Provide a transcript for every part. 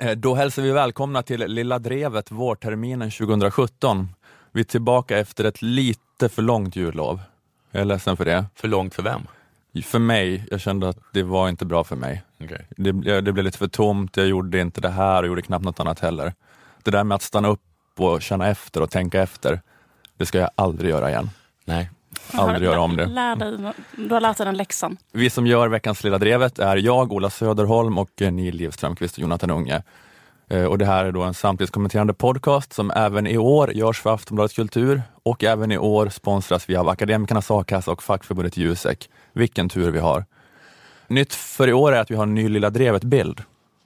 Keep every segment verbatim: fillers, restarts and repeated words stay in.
Då hälsar vi välkomna till Lilla Drevet vårterminen tjugohundrasjutton. Vi är tillbaka efter ett lite för långt jullov. Jag är ledsen för det. För långt för vem? För mig. Jag kände att det var inte bra för mig. Okay. Det, det blev lite för tomt. Jag gjorde inte det här och gjorde knappt något annat heller. Det där med att stanna upp och känna efter och tänka efter, det ska jag aldrig göra igen. Nej. Aldrig göra om det. Lär dig, du har lärt dig den läxan. Vi som gör veckans Lilla Drevet är jag, Ola Söderholm och Neil Livströmqvist och Jonathan Unge. Och det här är då en samtidskommenterande podcast som även i år görs för Aftonbladet Kultur och även i år sponsras vi av Akademikernas A-kassa och fackförbundet Jusek. Vilken tur vi har. Nytt för i år är att vi har en ny Lilla Drevet-bild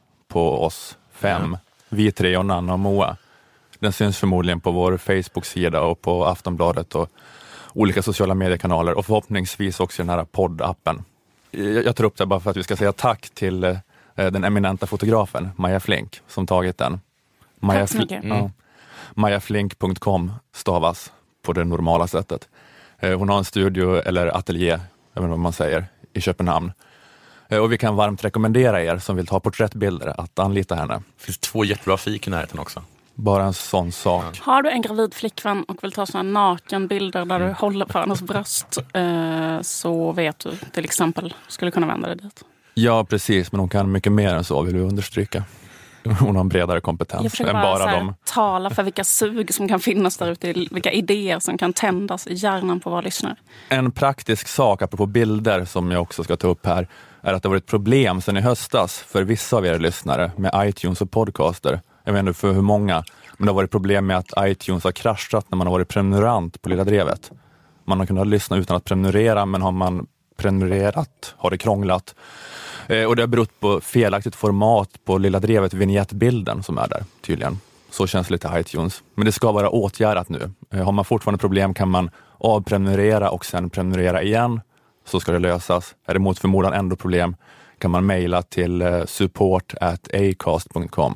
på oss fem. Mm. Vi tre och Nanna och Moa. Den syns förmodligen på vår Facebook-sida och på Aftonbladet och olika sociala mediekanaler och förhoppningsvis också i den här poddappen. Jag tar upp det bara för att vi ska säga tack till eh, den eminenta fotografen Maja Flink som tagit den. Maja tack så mycket. Fl- ja. maja flink punkt com stavas på det normala sättet. Eh, hon har en studio eller ateljé, jag vet inte vad man säger, i Köpenhamn. Eh, och vi kan varmt rekommendera er som vill ta porträttbilder att anlita henne. Det finns två jättebra fik i närheten också. Bara en sån sak. Har du en gravid flickvän och vill ta såna nakenbilder där du mm. håller på hennes bröst eh, så vet du till exempel skulle kunna vända dig dit. Ja, precis. Men hon kan mycket mer än så, vill du understryka. Hon har en bredare kompetens jag försöker än bara, bara här, dem. tala för vilka sug som kan finnas där ute, vilka idéer som kan tändas i hjärnan på våra lyssnare. En praktisk sak, apropå bilder som jag också ska ta upp här, är att det har varit problem sedan i höstas för vissa av er lyssnare med iTunes och podcaster. Jag vet inte för hur många, men det har varit problem med att iTunes har kraschat när man har varit prenumerant på Lilla Drevet. Man har kunnat lyssna utan att prenumerera, men har man prenumererat har det krånglat. Eh, och det har berott på felaktigt format på Lilla Drevet vignettbilden som är där tydligen. Så känns lite iTunes. Men det ska vara åtgärdat nu. Eh, har man fortfarande problem kan man avprenumerera och sen prenumerera igen. Så ska det lösas. Är det mot förmodan ändå problem kan man mejla till eh, support at acast punkt com.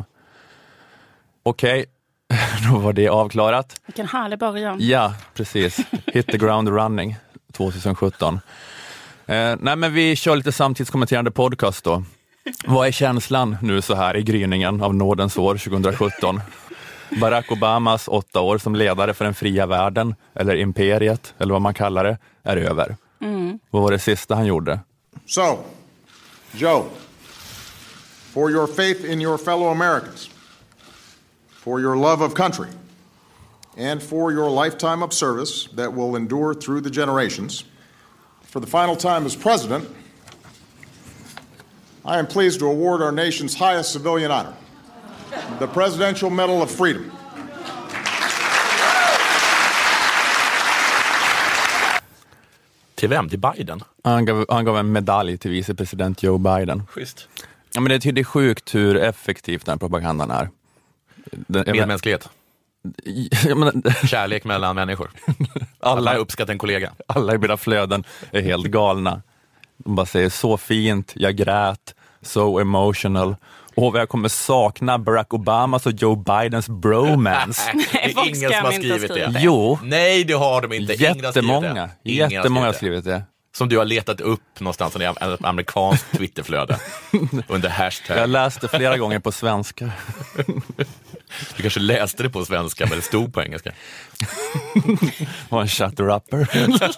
Okej, okay. Då var det avklarat. Vilken härlig början. Ja, precis. Hit the ground running tjugohundrasjutton. Eh, nej, men vi kör lite samtidskommenterande podcast då. Vad är känslan nu så här i gryningen av nådens år tjugohundrasjutton? Barack Obamas åtta år som ledare för den fria världen, eller imperiet, eller vad man kallar det, är över. Mm. Vad var det sista han gjorde? So, Joe, for your faith in your fellow Americans, for your love of country, and for your lifetime of service that will endure through the generations, for the final time as president, I am pleased to award our nation's highest civilian honor, the Presidential Medal of Freedom. Till vem? Till Biden? Han gav, han gav en medalj till vicepresident Joe Biden. Schysst. Ja, men det är, det är sjukt hur effektiv den propagandan är. Den, Medmänsklighet. Men, kärlek mellan människor. Alla, alla uppskattar en kollega. Alla i mina flöden är helt galna. De bara säger så fint, jag grät, so emotional. Och jag kommer sakna Barack Obamas och Joe Bidens bromance. Det är ingen som har skrivit det. det. Jo. Nej, det har de inte. Jättemånga. Ingen Jättemånga har skrivit det. Som du har letat upp någonstans i ett amerikanskt Twitterflöde under hashtag. Jag läste flera gånger på svenska. Du kanske läste det på svenska, men det stod på engelska. Var en shut-upper.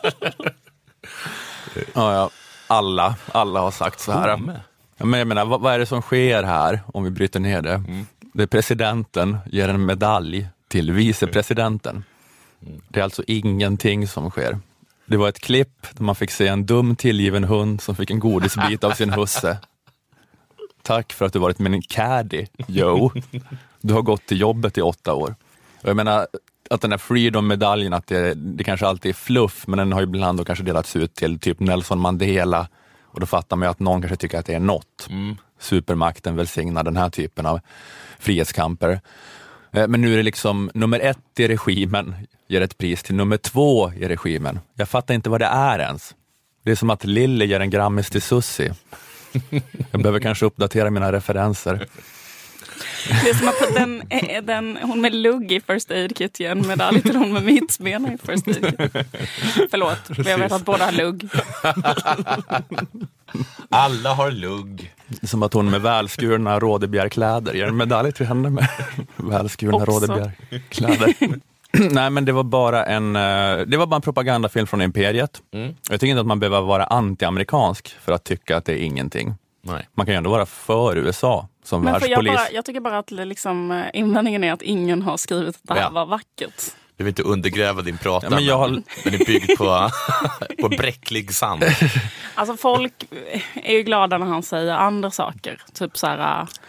Ja, ja. Alla, alla har sagt så här. Mm. Men jag menar, vad, vad är det som sker här om vi bryter ner det? Mm. Det är presidenten ger en medalj till vicepresidenten. Mm. Det är alltså ingenting som sker. Det var ett klipp där man fick se en dum tillgiven hund som fick en godisbit av sin husse. Tack för att du varit med en caddy, Joe. Du har gått till jobbet i åtta år. Och jag menar att den här Freedom-medaljen, att det, det kanske alltid är fluff, men den har ju ibland då kanske delats ut till typ Nelson Mandela. Och då fattar man ju att någon kanske tycker att det är något. Mm. Supermakten välsignar den här typen av frihetskamper. Men nu är det liksom nummer ett i regimen ger ett pris till nummer två i regimen. Jag fattar inte vad det är ens. Det är som att Lille ger en Grammis till Sussi. Jag behöver kanske uppdatera mina referenser. Det är som att den, den, hon med lugg i First Aid Kit ger en medalj till hon med mittsbena i First Aid Kit. Förlåt, men jag vet att båda har lugg. Alla har lugg. Som att hon med välskurna rådebjärkläder ger en medalj till henne med välskurna rådebjärkläder. Nej, men det var bara en det var bara en propagandafilm från imperiet. Mm. Jag tycker inte att man behöver vara anti-amerikansk för att tycka att det är ingenting. Nej. Man kan ju ändå vara för U S A som men världspolis. Jag, bara, jag tycker bara att liksom, invändningen är att ingen har skrivit att det här ja. var vackert. Du vill inte undergräva din prata, ja, men jag har... den är byggd på, på bräcklig sand. Alltså folk är ju glada när han säger andra saker. Typ så här, uh,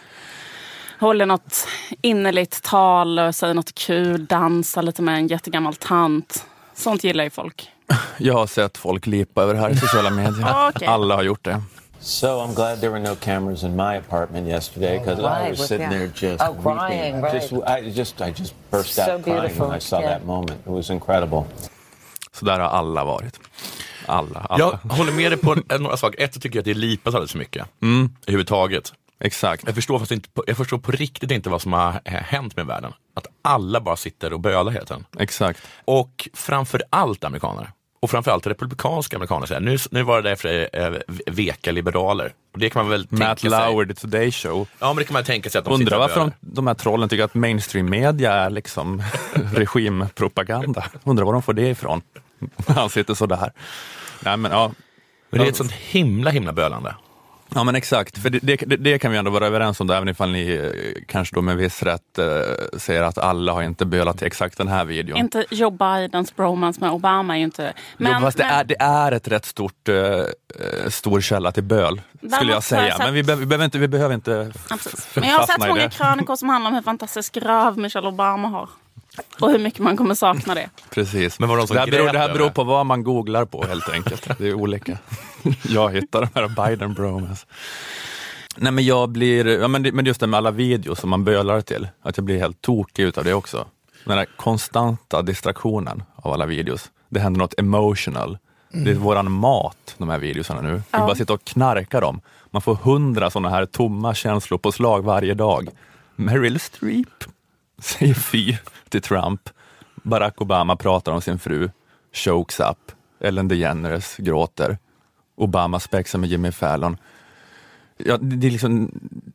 håller något innerligt tal och säger något kul, dansar lite med en jättegammal tant. Sånt gillar ju folk. Jag har sett folk lipa över det här i sociala medier. Okay. Alla har gjort det. So I'm glad there were no cameras in my apartment yesterday because oh, I was sitting there just oh, crying, right. just, I just I just burst so out crying beautiful. When I saw yeah. that moment. It was incredible. Så där har alla varit. Alla, alla. Jag håller med dig på några saker. Ett, jag tycker att det lipas alldeles för mycket. Mm. Överhuvudtaget. Exakt. Jag förstår, fast inte, jag förstår på riktigt inte vad som har hänt med världen. Att alla bara sitter och bölar hela tiden. Exakt. Och framför allt amerikaner. Och framförallt republikanska amerikaner säger nu, nu var det därför äh, veka liberaler. Och det kan man väl Matt tänka sig. Lauer, The Today Show. Ja, men det kan man tänka sig att de undrar varför de, de här trollen tycker att mainstream media är liksom regimpropaganda. Undrar var de får det ifrån. Han sitter så där. Nej, men ja. Men det är ett sånt himla himla bölande. Ja, men exakt, för det, det, det kan vi ändå vara överens om då, även ifall ni kanske då med viss rätt eh, säger att alla har inte bölat till exakt den här videon. Inte Joe Bidens bromance med Obama är ju inte... Men, jo, fast men... Det, är, det är ett rätt stort eh, stor källa till böl, skulle jag säga. Men vi, be, vi behöver inte, vi behöver inte f- Men jag har sett många krönikor som handlar om hur fantastisk röv Michelle Obama har. Och hur mycket man kommer sakna det. Precis. Men vad de det, här beror, det här beror på vad man googlar på helt enkelt. Det är olika. Jag hittar de här Biden bromance. Nej, men jag blir, ja, men, det, men just det med alla videos som man bölar till, att jag blir helt tokig utav det också. Den här konstanta distraktionen av alla videos. Det händer något emotional. Mm. Det är våran mat, de här videosarna nu. Vi ja. bara sitter och knarkar dem. Man får hundra sådana här tomma känslor på slag varje dag. Meryl Streep säger fy till Trump. Barack Obama pratar om sin fru. Chokes up. Ellen DeGeneres gråter. Obama spexar med Jimmy Fallon. Ja, det, det är liksom...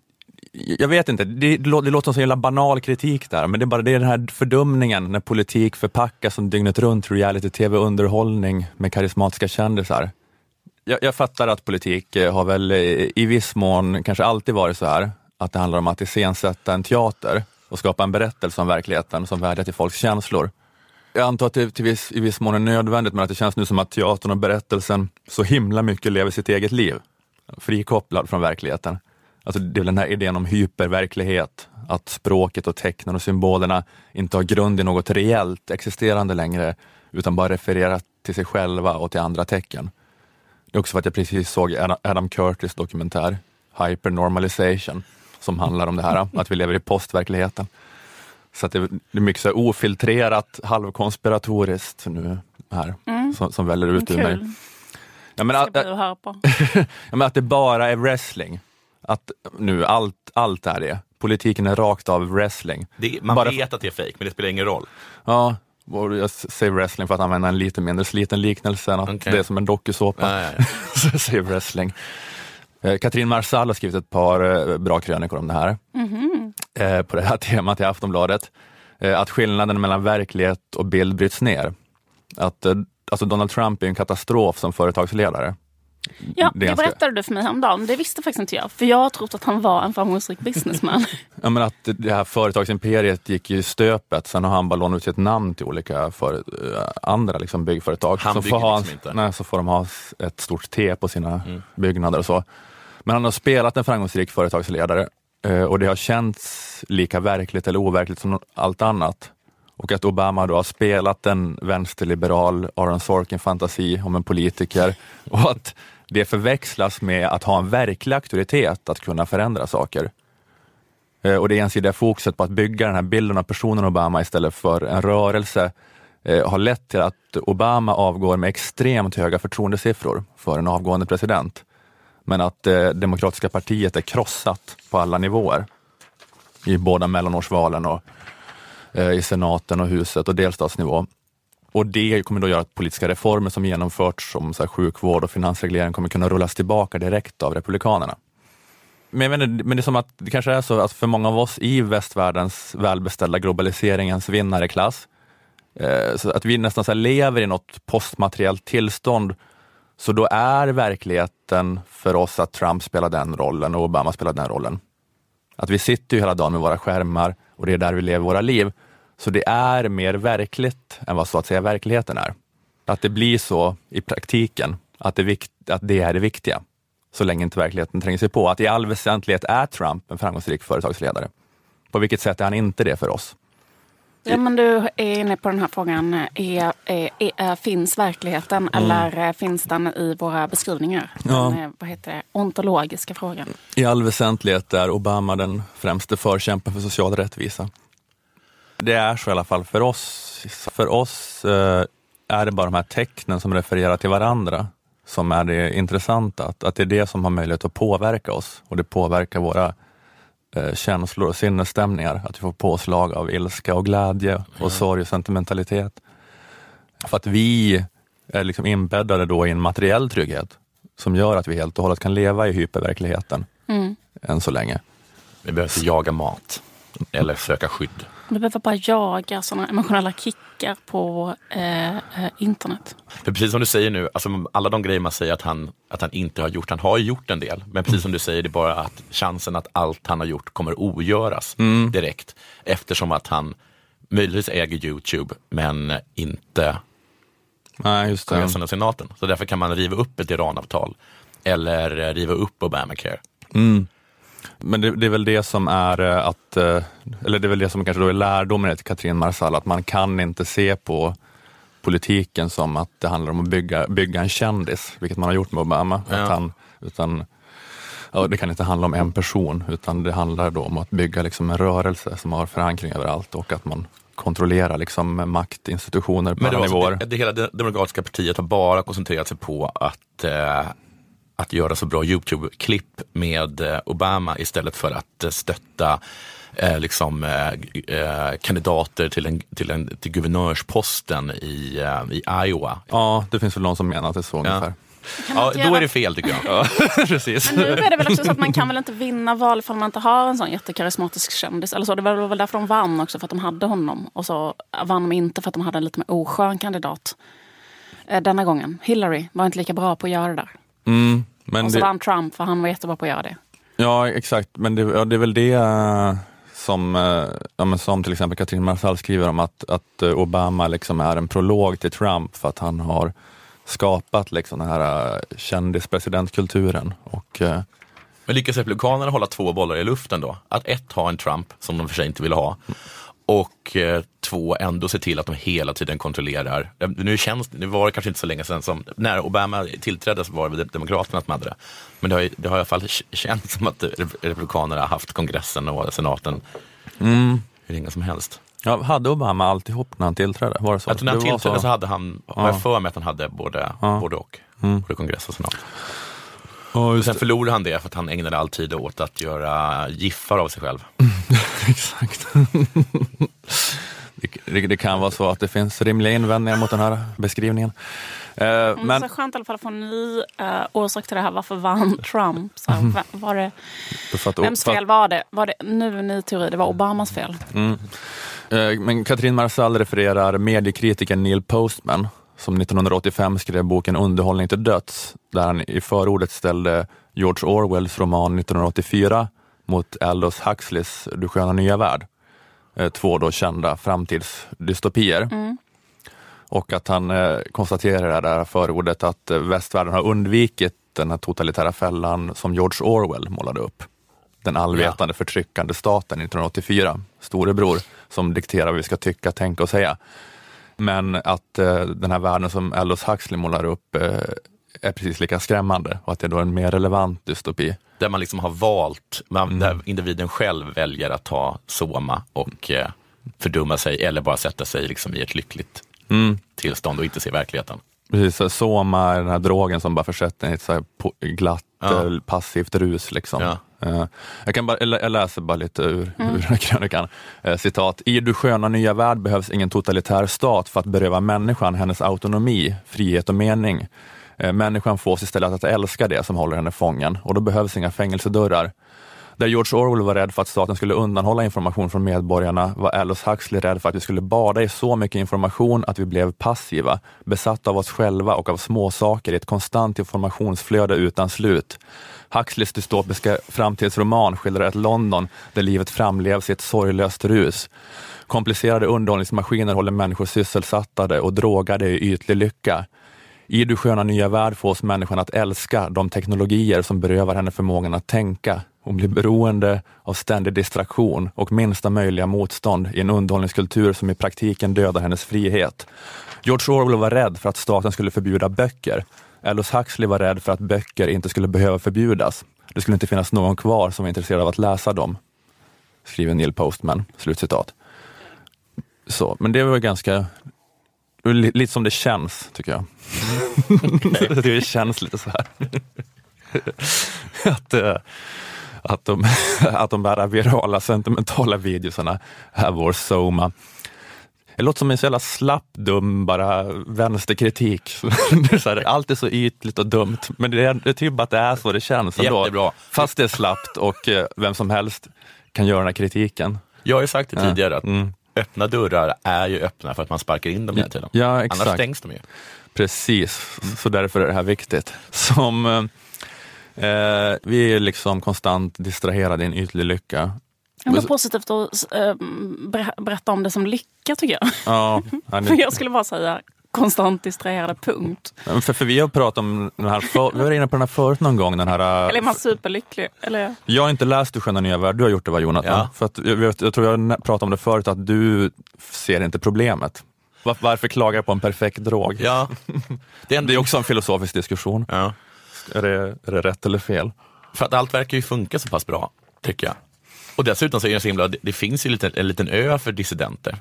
Jag vet inte, det, det låter som en jävla banal kritik där, men det är bara det är den här fördumningen när politik förpackas som dygnet runt reality-tv-underhållning med karismatiska kändisar. Jag, jag fattar att politik har väl i, i viss mån kanske alltid varit så här, att det handlar om att iscensätta en teater och skapa en berättelse om verkligheten som vädjar till folks känslor. Jag antar att det till viss, i viss mån är nödvändigt, men att det känns nu som att teatern och berättelsen så himla mycket lever sitt eget liv. Frikopplad från verkligheten. Alltså det är väl den här idén om hyperverklighet. Att språket och tecknen och symbolerna inte har grund i något reellt existerande längre, utan bara refererar till sig själva och till andra tecken. Det är också för att jag precis såg Adam Curtis dokumentär Hypernormalization, som handlar om det här, att vi lever i postverkligheten. Så att det är mycket så här ofiltrerat, halvkonspiratoriskt nu här, mm. som, som väller ut ur mig. Ja, men, att, att, ja, men att det bara är wrestling. Att nu allt, allt är det. Politiken är rakt av wrestling. Det, man bara, vet att det är fake, men det spelar ingen roll. Ja, och jag säger wrestling för att använda en lite mindre sliten liknelse än att okay. det är som en dokusåpa. Nej, nej. Så jag säger wrestling. Eh, Katrin Marsall har skrivit ett par eh, bra krönikor om det här. Mm-hmm. Eh, på det här temat i Aftonbladet. Eh, att skillnaden mellan verklighet och bild bryts ner. Att eh, alltså Donald Trump är en katastrof som företagsledare. Ja, det, det berättade du för mig häromdagen. Det visste faktiskt inte jag. För jag har trott att han var en framgångsrik businessman. Ja, men att det här företagsimperiet gick i stöpet. Sen har han bara lånat ut sitt namn till olika för, andra liksom byggföretag. Han så bygger får liksom inte. Nej, så får de ha ett stort T på sina mm. byggnader och så. Men han har spelat en framgångsrik företagsledare. Och det har känts lika verkligt eller overkligt som allt annat. Och att Obama då har spelat en vänsterliberal Aaron Sorkin-fantasi om en politiker. Och att det förväxlas med att ha en verklig auktoritet att kunna förändra saker. Eh, och det ensidiga fokuset på att bygga den här bilden av personen Obama istället för en rörelse eh, har lett till att Obama avgår med extremt höga förtroendesiffror för en avgående president. Men att eh, Demokratiska partiet är krossat på alla nivåer. I båda mellanårsvalen och eh, i senaten och huset och delstatsnivå. Och det kommer då göra att politiska reformer som genomförts som så här, sjukvård och finansreglering kommer kunna rullas tillbaka direkt av republikanerna. men, jag menar, men det är som att det kanske är så att för många av oss i västvärldens välbeställda globaliseringens vinnarklass, eh, så att vi nästan så här lever i något postmateriellt tillstånd, så då är verkligheten för oss att Trump spelar den rollen och Obama spelar den rollen. Att vi sitter ju hela dagen med våra skärmar och det är där vi lever våra liv. Så det är mer verkligt än vad så att säga verkligheten är. Att det blir så i praktiken, att det, vikt, att det är det viktiga. Så länge inte verkligheten tränger sig på. Att i all väsentlighet är Trump en framgångsrik företagsledare. På vilket sätt är han inte det för oss? Ja, men du är inne på den här frågan. Är, är, är, finns verkligheten mm. eller finns den i våra beskrivningar? Ja. Den, vad heter det? Ontologiska frågan. I all väsentlighet är Obama den främste förkämpen för social rättvisa. Det är så i alla fall för oss. För oss eh, är det bara de här tecknen som refererar till varandra som är det intressanta. Att, att det är det som har möjlighet att påverka oss. Och det påverkar våra eh, känslor och sinnesstämningar. Att vi får påslag av ilska och glädje och mm. sorg och sentimentalitet. För att vi är liksom inbäddade då i en materiell trygghet som gör att vi helt och hållet kan leva i hyperverkligheten mm. än så länge. Vi behöver inte jaga mat eller söka skydd. Vi behöver bara jaga sådana emotionella kickar på eh, internet. För precis som du säger nu, alltså alla de grejer man säger att han, att han inte har gjort, han har gjort en del. Men precis som du säger, det är bara att chansen att allt han har gjort kommer ogöras mm. direkt. Eftersom att han möjligtvis äger YouTube, men inte Nej, just det. kongressen och senaten. Så därför kan man riva upp ett Iran-avtal eller riva upp Obamacare. Mm. Men det, det är väl det som är att, eller det är väl det som kanske då är lärdomen till Katrin Marsall, att man kan inte se på politiken som att det handlar om att bygga, bygga en kändis, vilket man har gjort med Obama. Ja. Att han, utan, ja, det kan inte handla om en person, utan det handlar då om att bygga liksom en rörelse som har förankring överallt och att man kontrollerar liksom maktinstitutioner på alla nivåer. Det, det hela det demokratiska partiet har bara koncentrerat sig på att eh, att göra så bra YouTube-klipp med eh, Obama istället för att eh, stötta eh, liksom, eh, kandidater till, en, till, en, till guvernörsposten i, eh, i Iowa. Ja, det finns väl någon som menar att det är så ja. ungefär. Ja, då göra... är det fel tycker jag. Ja, precis. Men nu är det väl också så att man kan väl inte vinna val för man inte har en sån jättekarismatisk kändis. Eller så, det var väl därför de vann också, för att de hade honom. Och så vann de inte för att de hade en lite mer oskön kandidat. Eh, denna gången. Hillary var inte lika bra på att göra det där. Mm, men och så det... vann Trump, för han var jättebra på att göra det. Ja, exakt. Men det, ja, det är väl det uh, som, uh, ja, men som till exempel Katrin Marsall skriver om att, att uh, Obama liksom är en prolog till Trump för att han har skapat liksom den här uh, kändispresidentkulturen. Och, uh, men lyckas republikanerna hålla två bollar i luften då? Att ett, ha en Trump som de för sig inte ville ha. Och eh, två, ändå se till att de hela tiden kontrollerar. Nu, känns, nu var det kanske inte så länge sedan som när Obama tillträdde så var det Demokraterna som hade det. Men det har, det har i alla fall känts som att republikanerna har haft kongressen och senaten mm. hur länge som helst. Ja, hade Obama alltihop när han tillträdde? Var det så? Att när han det tillträdde så. så hade han, ja. har jag för mig att han hade både, ja. både och. Mm. Både kongress och senat. Oh, och sen förlorade han det för att han ägnade all tid åt att göra giffar av sig själv. Exakt. det, det, det kan vara så att det finns rimliga invändningar mot den här beskrivningen. Uh, mm, men... Så skönt i alla fall att få en ny uh, orsak till det här. Varför vann Trump? Så här, var det, att, vems fel var det? Var det nu en ny teori? Det var Obamas fel. Mm. Uh, men Katrin Marsall refererar mediekritikern Neil Postman som nittonhundraåttiofem skrev boken Underhållning till döds, där han i förordet ställde George Orwells roman nittonhundraåttiofyra mot Aldous Huxleys Du sköna nya värld. Två då kända framtidsdystopier. Mm. Och att han eh, konstaterar i det här förordet att eh, västvärlden har undvikit den här totalitära fällan som George Orwell målade upp. Den allvetande ja. förtryckande staten nittonhundraåttiofyra. Storebror som dikterar vad vi ska tycka, tänka och säga. Men att eh, den här världen som Aldous Huxley målar upp eh, är precis lika skrämmande och att det är då en mer relevant dystopi. Där man liksom har valt, man, mm. där individen själv väljer att ta soma och eh, fördumma sig eller bara sätta sig liksom i ett lyckligt mm. tillstånd och inte se verkligheten. Precis, soma är den här drogen som bara försätter en i ett så här glatt, ja. passivt rus liksom. Ja. Uh, jag, kan bara, jag läser bara lite ur, mm. ur den här krönikan. Uh, citat, i Du sköna nya värld behövs ingen totalitär stat för att beröva människan hennes autonomi, frihet och mening. Eh, människan fås istället att älska det som håller henne fången, och då behövs inga fängelsedörrar. Där George Orwell var rädd för att staten skulle undanhålla information från medborgarna var Aldous Huxley rädd för att vi skulle bada i så mycket information att vi blev passiva, besatta av oss själva och av småsaker i ett konstant informationsflöde utan slut. Huxleys dystopiska framtidsroman skildrar ett London där livet framlevs i ett sorglöst rus. Komplicerade underhållningsmaskiner håller människor sysselsattade och drogade i ytlig lycka. I Du sköna nya värld fås människan att älska de teknologier som berövar henne förmågan att tänka. Hon blir beroende av ständig distraktion och minsta möjliga motstånd i en underhållningskultur som i praktiken dödar hennes frihet. George Orwell var rädd för att staten skulle förbjuda böcker. Aldous Huxley var rädd för att böcker inte skulle behöva förbjudas. Det skulle inte finnas någon kvar som var intresserad av att läsa dem, skriver Neil Postman. Slutcitat. Så, men det var ganska... Lite som det känns, tycker jag. Okay. Det känns lite så här. att, att, de, att de där virala, sentimentala videosarna här vår Soma. Det låter som en så jävla slapp, dum, bara vänsterkritik. Det är så här, allt är så ytligt och dumt. Men det är, det är typ att det är så det känns. Jättebra. Fast det är slappt och eh, vem som helst kan göra den här kritiken. Jag har ju sagt det tidigare att mm. öppna dörrar är ju öppna för att man sparkar in dem hela tiden. Ja, exakt. Annars stängs de ju. Precis, mm. så därför är det här viktigt. Som eh, vi är liksom konstant distraherade i en ytlig lycka. Ja, det är positivt att äh, berätta om det som lycka, tycker jag. Ja, för jag skulle bara säga konstant distraherade, punkt. För, för vi har pratat om den här, för, vi var inne på den här förut någon gång. Den här, eller är man superlycklig? Eller? Jag har inte läst Du sköna nya värld, du har gjort det, va, Jonathan? Ja. För att, jag, jag, jag tror jag pratade om det förut, att du ser inte problemet. Var, varför klagar jag på en perfekt drog? Ja. Det är, en... det är också en filosofisk diskussion. Ja. Är, det, är det rätt eller fel? För att allt verkar ju funka så pass bra, tycker jag. Och dessutom så är det så himla, det, det finns ju lite, en liten ö för dissidenter.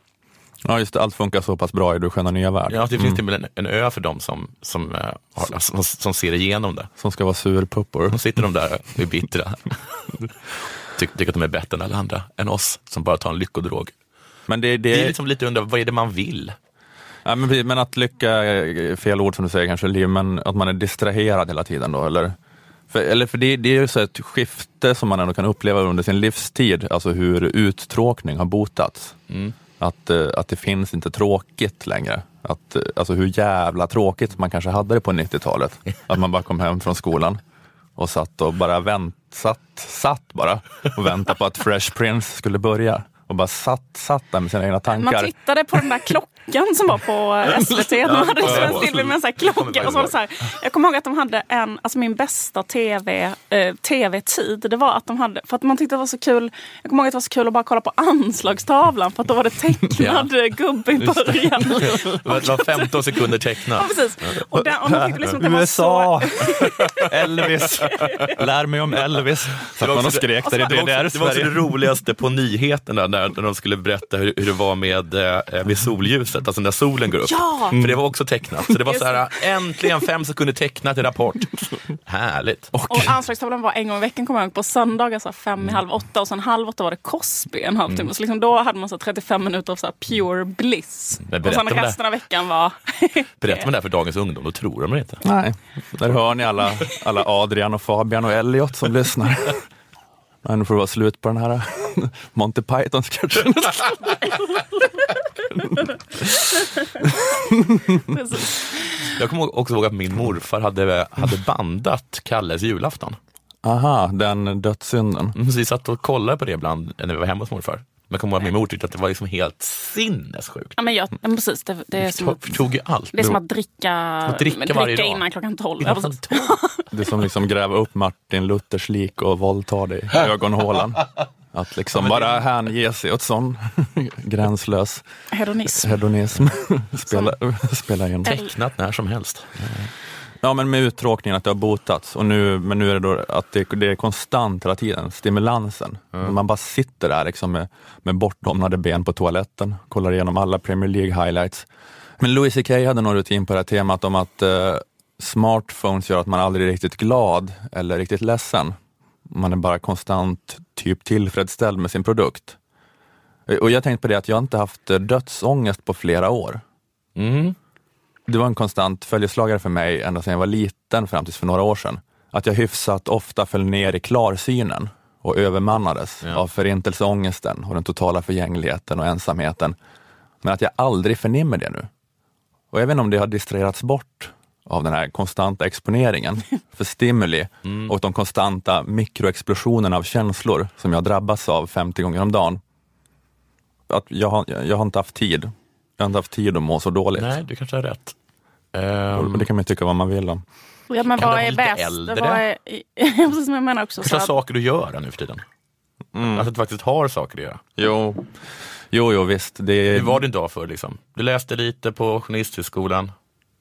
Ja, just det, allt funkar så pass bra i Du sköna nya värld. Ja, det finns mm. en, en ö för dem som, som, uh, har, som, som ser igenom det. Som ska vara surpuppor. De sitter de där och är bittra. Ty, tycker att de är bättre än alla andra, än oss som bara tar en lyckodrog. Men det, det... det är liksom lite undra, vad är det man vill? Ja, men, men att lycka är fel ord som du säger kanske, Liv, men att man är distraherad hela tiden då, eller? För, eller för det, det är ju så ett skifte som man ändå kan uppleva under sin livstid, alltså hur uttråkning har botats. Mm. Att, att det finns inte tråkigt längre. Att, alltså hur jävla tråkigt man kanske hade det på nittiotalet. Att man bara kom hem från skolan och satt och bara vänt, satt, satt bara och väntade på att Fresh Prince skulle börja. Och bara satt, satt där med sina egna tankar. Man tittade på den där klockan som var på S V T. De hade svensk film med en sån här klocka. Och så var det så här, jag kommer ihåg att de hade en, alltså min bästa tv, eh, tv-tid. Det var att de hade, för att man tyckte det var så kul. Jag kommer ihåg att det var så kul att bara kolla på anslagstavlan. För att då var det tecknad ja. gubbe i början. Det var femton sekunder tecknat. Ja, precis. Och, den, och de tyckte liksom att det var U S A. så... Elvis. Lär mig om Elvis. Så att man och skrek där i D D R. Det var också det roligaste på nyheterna när när de skulle berätta hur, hur det var med, eh, med solljuset, alltså när solen går upp. Ja. För det var också tecknat. Så det var så här, äntligen fem sekunder tecknat i Rapport. Härligt. Och, och anslagstavlan var en gång i veckan, kommer jag ihåg, på söndagar så fem mm. i halv åtta, och sen halv åtta var det Cosby en halvtimme. Mm. Så liksom då hade man så trettiofem minuter av så här pure bliss. Och sen resten av veckan var... Berättar man det här för dagens ungdom, då tror de det inte. Nej, där hör ni alla, alla Adrian och Fabian och Elliot som lyssnar. Nej, nu får det vara slut på den här Monty Python-sketchen. Jag kommer också ihåg att min morfar hade, hade bandat Kalles julafton. Aha, den dödssynden. Mm, så vi satt och kollade på det ibland när vi var hemma hos morfar. Men kommer ihåg att min mor tyckte att det var liksom helt sinnessjukt. Ja, men jag, men precis. Det, det är som att, förtog ju allt. Det är som att dricka, att dricka, dricka dricka innan klockan tolv. Ja, det är som liksom gräva upp Martin Luthers lik och våldta det i ögonhålan. Att liksom ja, bara det... hänge sig åt sån gränslös hedonism. Hedonism. Spela, spela in. Tecknat när som helst. Ja, men med uttråkningen att det har botats. Och nu, men nu är det då att det, det är konstant hela tiden. Stimulansen. Mm. Man bara sitter där liksom med, med bortdomnade ben på toaletten. Kollar igenom alla Premier League highlights. Men Louis C K hade någon rutin på det här temat om att eh, smartphones gör att man aldrig är riktigt glad eller riktigt ledsen. Man är bara konstant typ tillfredsställd med sin produkt. Och jag tänkte på det att jag inte haft dödsångest på flera år. Mm. det var en konstant följeslagare för mig ända sedan jag var liten fram tills för några år sedan. Att jag hyfsat ofta föll ner i klarsynen och övermannades ja. av förintelseångesten och den totala förgängligheten och ensamheten. Men att jag aldrig förnimmer det nu. Och jag vet inte om det har distraherats bort av den här konstanta exponeringen för stimuli mm. och de konstanta mikroexplosionerna av känslor som jag drabbas av femtio gånger om dagen. Att jag, har, jag har inte haft tid. Jag har inte haft tid att må så dåligt. Nej, du kanske har rätt. Um, det kan man tycka vad man vill om. Ja, men vad är bäst? Äldre? Vad är, precis som jag menar också. Kanske har saker att göra nu för tiden. Mm. Att du faktiskt har saker att göra. Jo, jo, jo visst. Det... Hur var din dag för liksom? Du läste lite på Journalisthögskolan.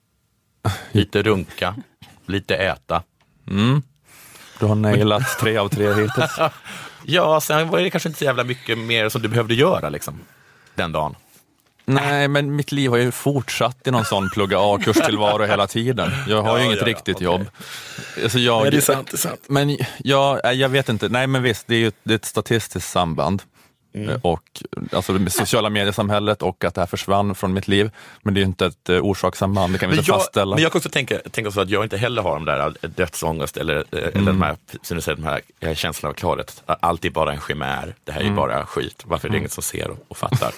Lite runka. Lite äta. Mm. Du har nailat tre av tre hittills. Ja, sen var det kanske inte så jävla mycket mer som du behövde göra liksom, den dagen. Nej, men mitt liv har ju fortsatt i någon sån plugga A-kurstillvaro hela tiden. Jag har ja, ju inget ja, riktigt okay. jobb. Alltså jag, Nej, det är sant, det är sant. Men jag, jag vet inte. Nej, men visst, det är ju det är ett statistiskt samband. Mm. Och alltså det sociala mediesamhället och att det här försvann från mitt liv. Men det är ju inte ett uh, orsakssamband, det kan vi men inte jag, fastställa. Men jag kan också tänka, tänka så att jag inte heller har de där dödsångest eller, mm. eller de här, som du säger, de här känslorna av klarhet. Allt är bara en chimär. Det här är mm. bara skit. Varför är det mm. ingen som ser och, och fattar?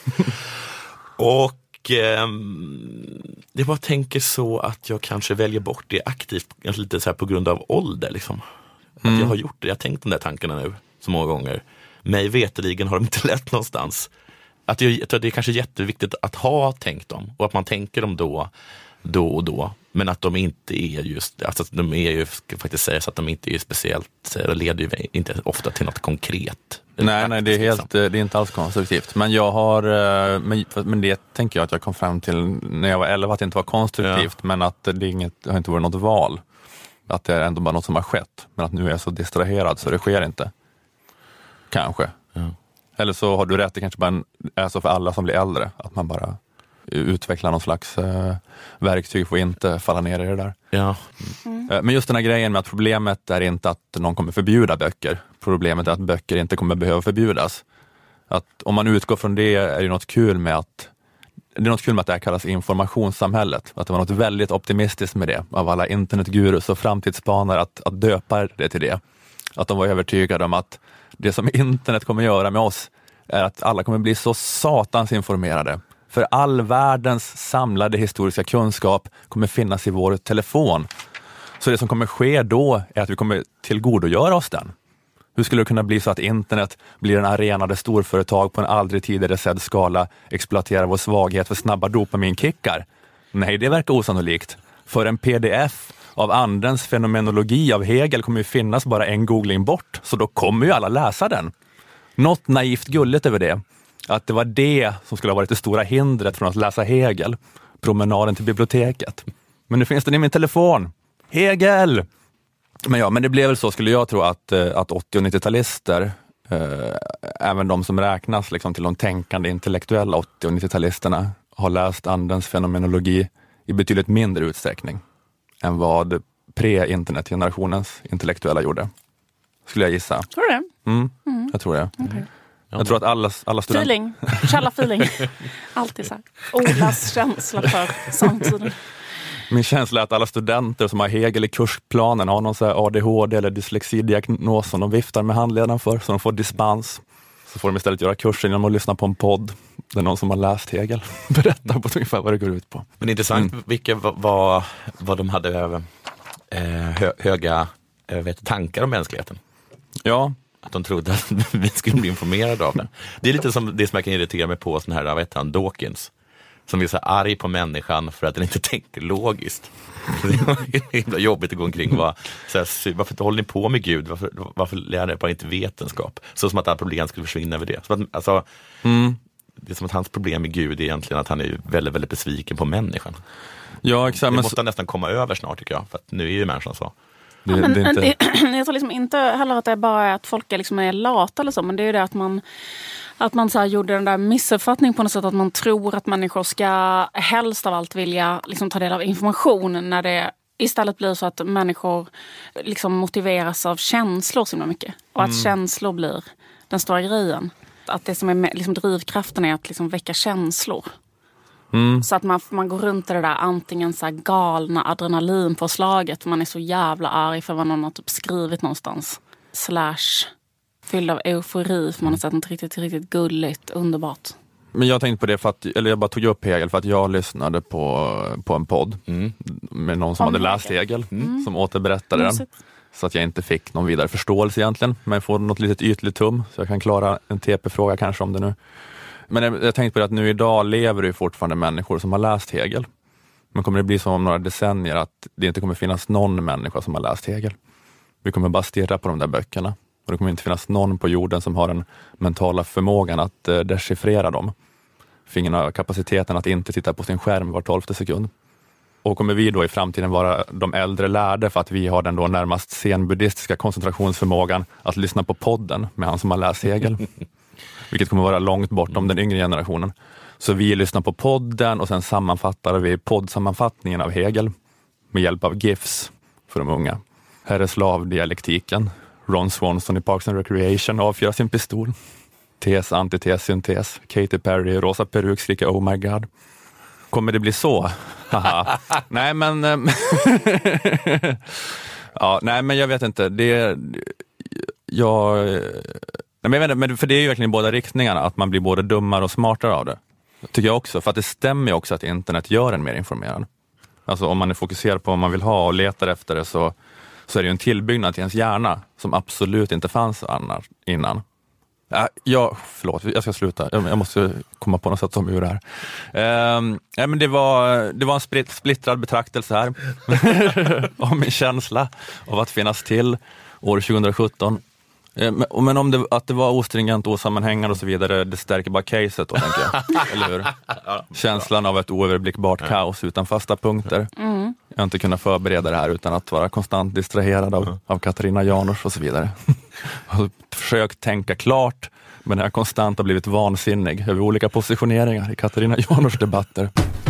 Och eh, det bara tänker så att jag kanske väljer bort det aktivt, kanske lite så här på grund av ålder liksom. Att mm. jag har gjort det, jag har tänkt de där tankarna nu så många gånger. Mig veteligen har de inte lett någonstans. Att jag, jag tror att det är kanske jätteviktigt att ha tänkt dem och att man tänker dem då, då och då. Men att de inte är just, alltså att de är ju, ska faktiskt säga så att de inte är speciellt, leder ju inte ofta till något konkret. Nej, nej, det är helt, liksom. Det är inte alls konstruktivt. Men jag har, men, men det tänker jag att jag kom fram till när jag var elva, att det inte var konstruktivt, ja. men att det, inget, det har inte varit något val. Att det är ändå bara något som har skett. Men att nu är jag så distraherad så det sker inte. Kanske. Ja. Eller så har du rätt, det kanske bara är så för alla som blir äldre. Att man bara utvecklar någon slags äh, verktyg för att inte falla ner i det där. Ja. Mm. Men just den här grejen med att problemet är inte att någon kommer förbjuda böcker. Problemet är att böcker inte kommer behöva förbjudas. Att om man utgår från det är det något kul med att det är något kul med att det här kallas informationssamhället. Att det var något väldigt optimistiskt med det av alla internetgurus och framtidsspanare att, att döpa det till det. Att de var övertygade om att det som internet kommer göra med oss är att alla kommer bli så satans informerade. För all världens samlade historiska kunskap kommer finnas i vår telefon. Så det som kommer ske då är att vi kommer tillgodogöra oss den. Hur skulle det kunna bli så att internet blir en arena där storföretag på en aldrig tidigare sedd skala exploaterar vår svaghet för snabba dopaminkickar? Nej, det verkar osannolikt. För en pdf av andens fenomenologi av Hegel kommer ju finnas bara en googling bort. Så då kommer ju alla läsa den. Något naivt gulligt över det. Att det var det som skulle ha varit det stora hindret från att läsa Hegel. Promenaden till biblioteket. Men nu finns den i min telefon. Hegel! Men ja, men det blev väl så, skulle jag tro, att, att åttio- och nittio-talister, eh, även de som räknas liksom till de tänkande intellektuella åttio- och nittio-talisterna, har läst andens fenomenologi i betydligt mindre utsträckning än vad pre-internetgenerationens intellektuella gjorde. Skulle jag gissa. Tror du det? Mm, mm. Jag tror det. Okay. Jag tror att alla, alla studenter... Feeling, källa feeling. Alltid så här. Olas känsla för samtiden. Min känsla är att alla studenter som har Hegel i kursplanen har någon så här A D H D eller dyslexidiagnos som de viftar med handledaren för, så de får dispens. Så får de istället göra kursen genom att lyssna på en podd där någon som har läst Hegel berättar på ungefär vad det går ut på. Men det är intressant mm. vilka vad, vad de hade eh, hö, höga eh, vet, tankar om mänskligheten. Ja. Att de trodde att vi skulle bli informerade av det. Det är lite som det som jag kan irritera mig på, sån här, vet han, Dawkins. Som är så arg på människan för att den inte tänker logiskt. Det är himla jobbigt att gå omkring och vara så här, varför håller ni på med Gud? Varför, varför lär ni bara inte vetenskap? Så som att alla problem skulle försvinna över det. Som att, alltså, mm. Det är som att hans problem med Gud är egentligen att han är väldigt, väldigt besviken på människan. Ja, exakt. Det måste han nästan komma över snart, tycker jag. För att nu är ju människan så. Det, ja, men, det är inte... det, jag tror liksom inte heller att det är bara att folk är, liksom är lata eller så, men det är ju det att man att man så här gjorde den där missuppfattning på något sätt, att man tror att människor ska helst av allt vilja liksom ta del av information, när det istället blir så att människor liksom motiveras av känslor så mycket. Och att mm. känslor blir den stora grejen. Att det som är liksom drivkraften är att liksom väcka känslor. Mm. Så att man, man går runt i det där antingen så här galna adrenalinpåslaget, man är så jävla arg för vad någon har typ skrivit någonstans, slash fylld av eufori för man har sett något riktigt, riktigt gulligt, underbart. Men jag tänkte på det för att, eller jag bara tog upp Hegel för att jag lyssnade på, på en podd mm. med någon som Om hade läst Hegel, mm. som återberättade mm. den. Så att jag inte fick någon vidare förståelse egentligen, men jag får något litet ytligt tum så jag kan klara en T P-fråga kanske om det nu. Men jag, jag tänkte på det att nu idag lever det ju fortfarande människor som har läst Hegel. Men kommer det bli så om några decennier att det inte kommer finnas någon människa som har läst Hegel? Vi kommer bara stirra på de där böckerna. Och det kommer inte finnas någon på jorden som har den mentala förmågan att eh, dechiffrera dem. För ingen har kapaciteten att inte titta på sin skärm var tolfte sekund. Och kommer vi då i framtiden vara de äldre lärde för att vi har den då närmast zen-buddhistiska koncentrationsförmågan att lyssna på podden med han som har läst Hegel. Vilket kommer vara långt bort om den yngre generationen. Så vi lyssnar på podden och sen sammanfattar vi poddsammanfattningen av Hegel med hjälp av GIFs för de unga. Här är slavdialektiken. Ron Swanson i Parks and Recreation avfyrar sin pistol. Tes, antites, syntes. Katy Perry, rosa peruk, skriker oh my god. Kommer det bli så? nej men ja, nej men jag vet inte. Det jag nej, men jag vet inte, men för det är ju verkligen båda riktningarna att man blir både dummare och smartare av det. Tycker jag också, för att det stämmer ju också att internet gör en mer informerad. Alltså om man är fokuserad på vad man vill ha och letar efter det så så är det ju en tillbyggnad till ens hjärna som absolut inte fanns annars innan. Ja, ja, förlåt, jag ska sluta. Jag måste komma på något sätt som ur det här. Um, ja, men det, var, det var en splitt, splittrad betraktelse här om min känsla av att finnas till år tjugohundrasjutton. Men, men om det, att det var ostringent, osammanhängande och så vidare, det stärker bara caset då, tänker jag. Eller hur? Känslan av ett oöverblickbart kaos utan fasta punkter. Mm. Jag har inte kunnat förbereda det här utan att vara konstant distraherad av, av Katarina Janouch och så vidare. Jag har försökt tänka klart, men jag har konstant har blivit vansinnig över olika positioneringar i Katarina Janouchs debatter.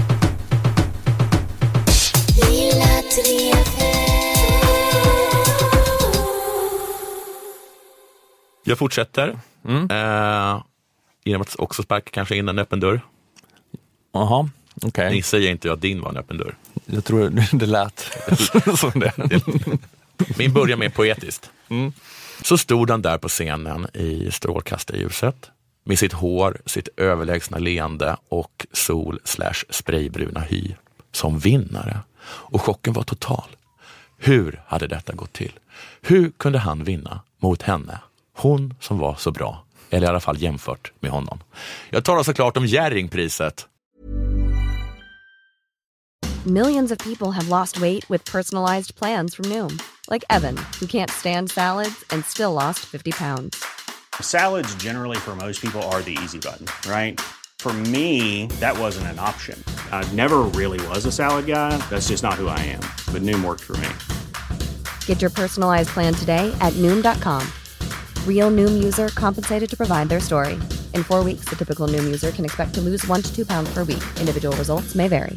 Jag fortsätter mm. eh, genom att också sparka kanske in en öppen dörr. Jaha, okej. Okay. Ni säger inte att din var en öppen dörr. Jag tror det lät som det. Min börjar med poetiskt. Mm. Så stod han där på scenen i strålkastarljuset med sitt hår, sitt överlägsna leende och sol slash spraybruna hy som vinnare. Och chocken var total. Hur hade detta gått till? Hur kunde han vinna mot henne? Hon som var så bra, eller i alla fall jämfört med honom. Jag talar såklart om Jerringpriset. Millions of people have lost weight with personalized plans from Noom. Like Evan, who can't stand salads and still lost fifty pounds. Salads generally for most people are the easy button, right? For me, that wasn't an option. I never really was a salad guy. That's just not who I am. But Noom worked for me. Get your personalized plan today at noom dot com. Real Noom user compensated to provide their story. In four weeks, the typical Noom user can expect to lose one to two pounds per week. Individual results may vary.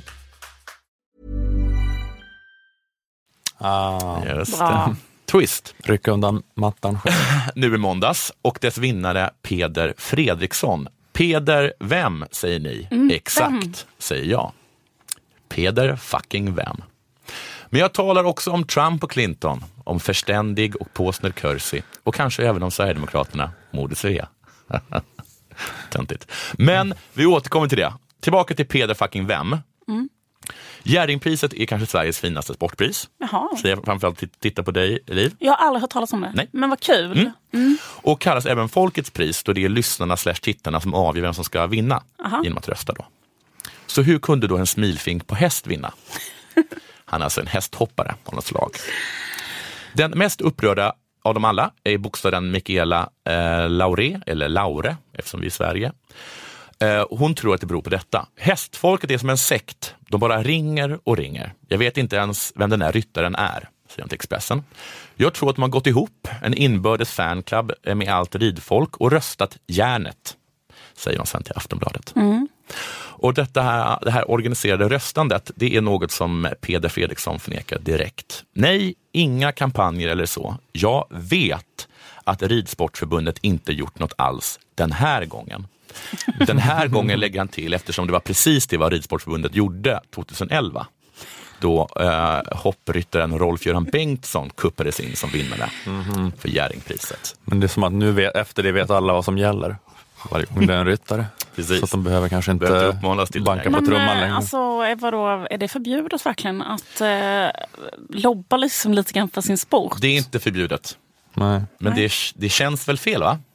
Ah, just det. Twist. Rycka undan mattan. Nu i måndags. Och dess vinnare Peder Fredriksson. Peder vem, säger ni? Mm, Exakt, vem? Säger jag. Peder fucking vem? Men jag talar också om Trump och Clinton, om förständig och påsnör Kersey och kanske även om Sverigedemokraterna, Moder Svea. Töntigt. Men vi återkommer till det. Tillbaka till Peder fucking vem. Mm. Jerringpriset är kanske Sveriges finaste sportpris. Jaha. Så jag framförallt titta på dig, Liv. Jag har aldrig hört talas om det. Nej. Men vad kul. Mm. Mm. Och kallas även folkets pris då det är lyssnarna slash tittarna som avgör vem som ska vinna. Aha. Genom att rösta då. Så hur kunde då en smilfink på häst vinna? Han är alltså en hästhoppare av något slag. Den mest upprörda av dem alla är bokstaven Michaela eh, Laure, eller Laure, eftersom vi är i Sverige. Eh, hon tror att det beror på detta. Hästfolket är som en sekt. De bara ringer och ringer. Jag vet inte ens vem den här ryttaren är, säger han till Expressen. Jag tror att de har gått ihop en inbördes fanclub med allt ridfolk och röstat järnet, säger de sen till Aftonbladet. Mm. Och detta här, det här organiserade röstandet, det är något som Peder Fredriksson förnekar direkt. Nej, inga kampanjer eller så. Jag vet att Ridsportförbundet inte gjort något alls den här gången. Den här gången lägger han till, eftersom det var precis det vad Ridsportförbundet gjorde tjugoelva. Då eh, hoppryttaren Rolf-Göran Bengtsson kuppades in som vinnare mm-hmm. för Jerringpriset. Men det är som att nu vet, efter det vet alla vad som gäller. Varje gång det är en ryttare. Precis. Så att de behöver kanske inte behöver till banka men, på trumman längre. Alltså, är, vadå, är det förbjudet verkligen att eh, lobba liksom lite grann för sin sport? Det är inte förbjudet. Nej. Men Nej. Det, det känns väl fel, va?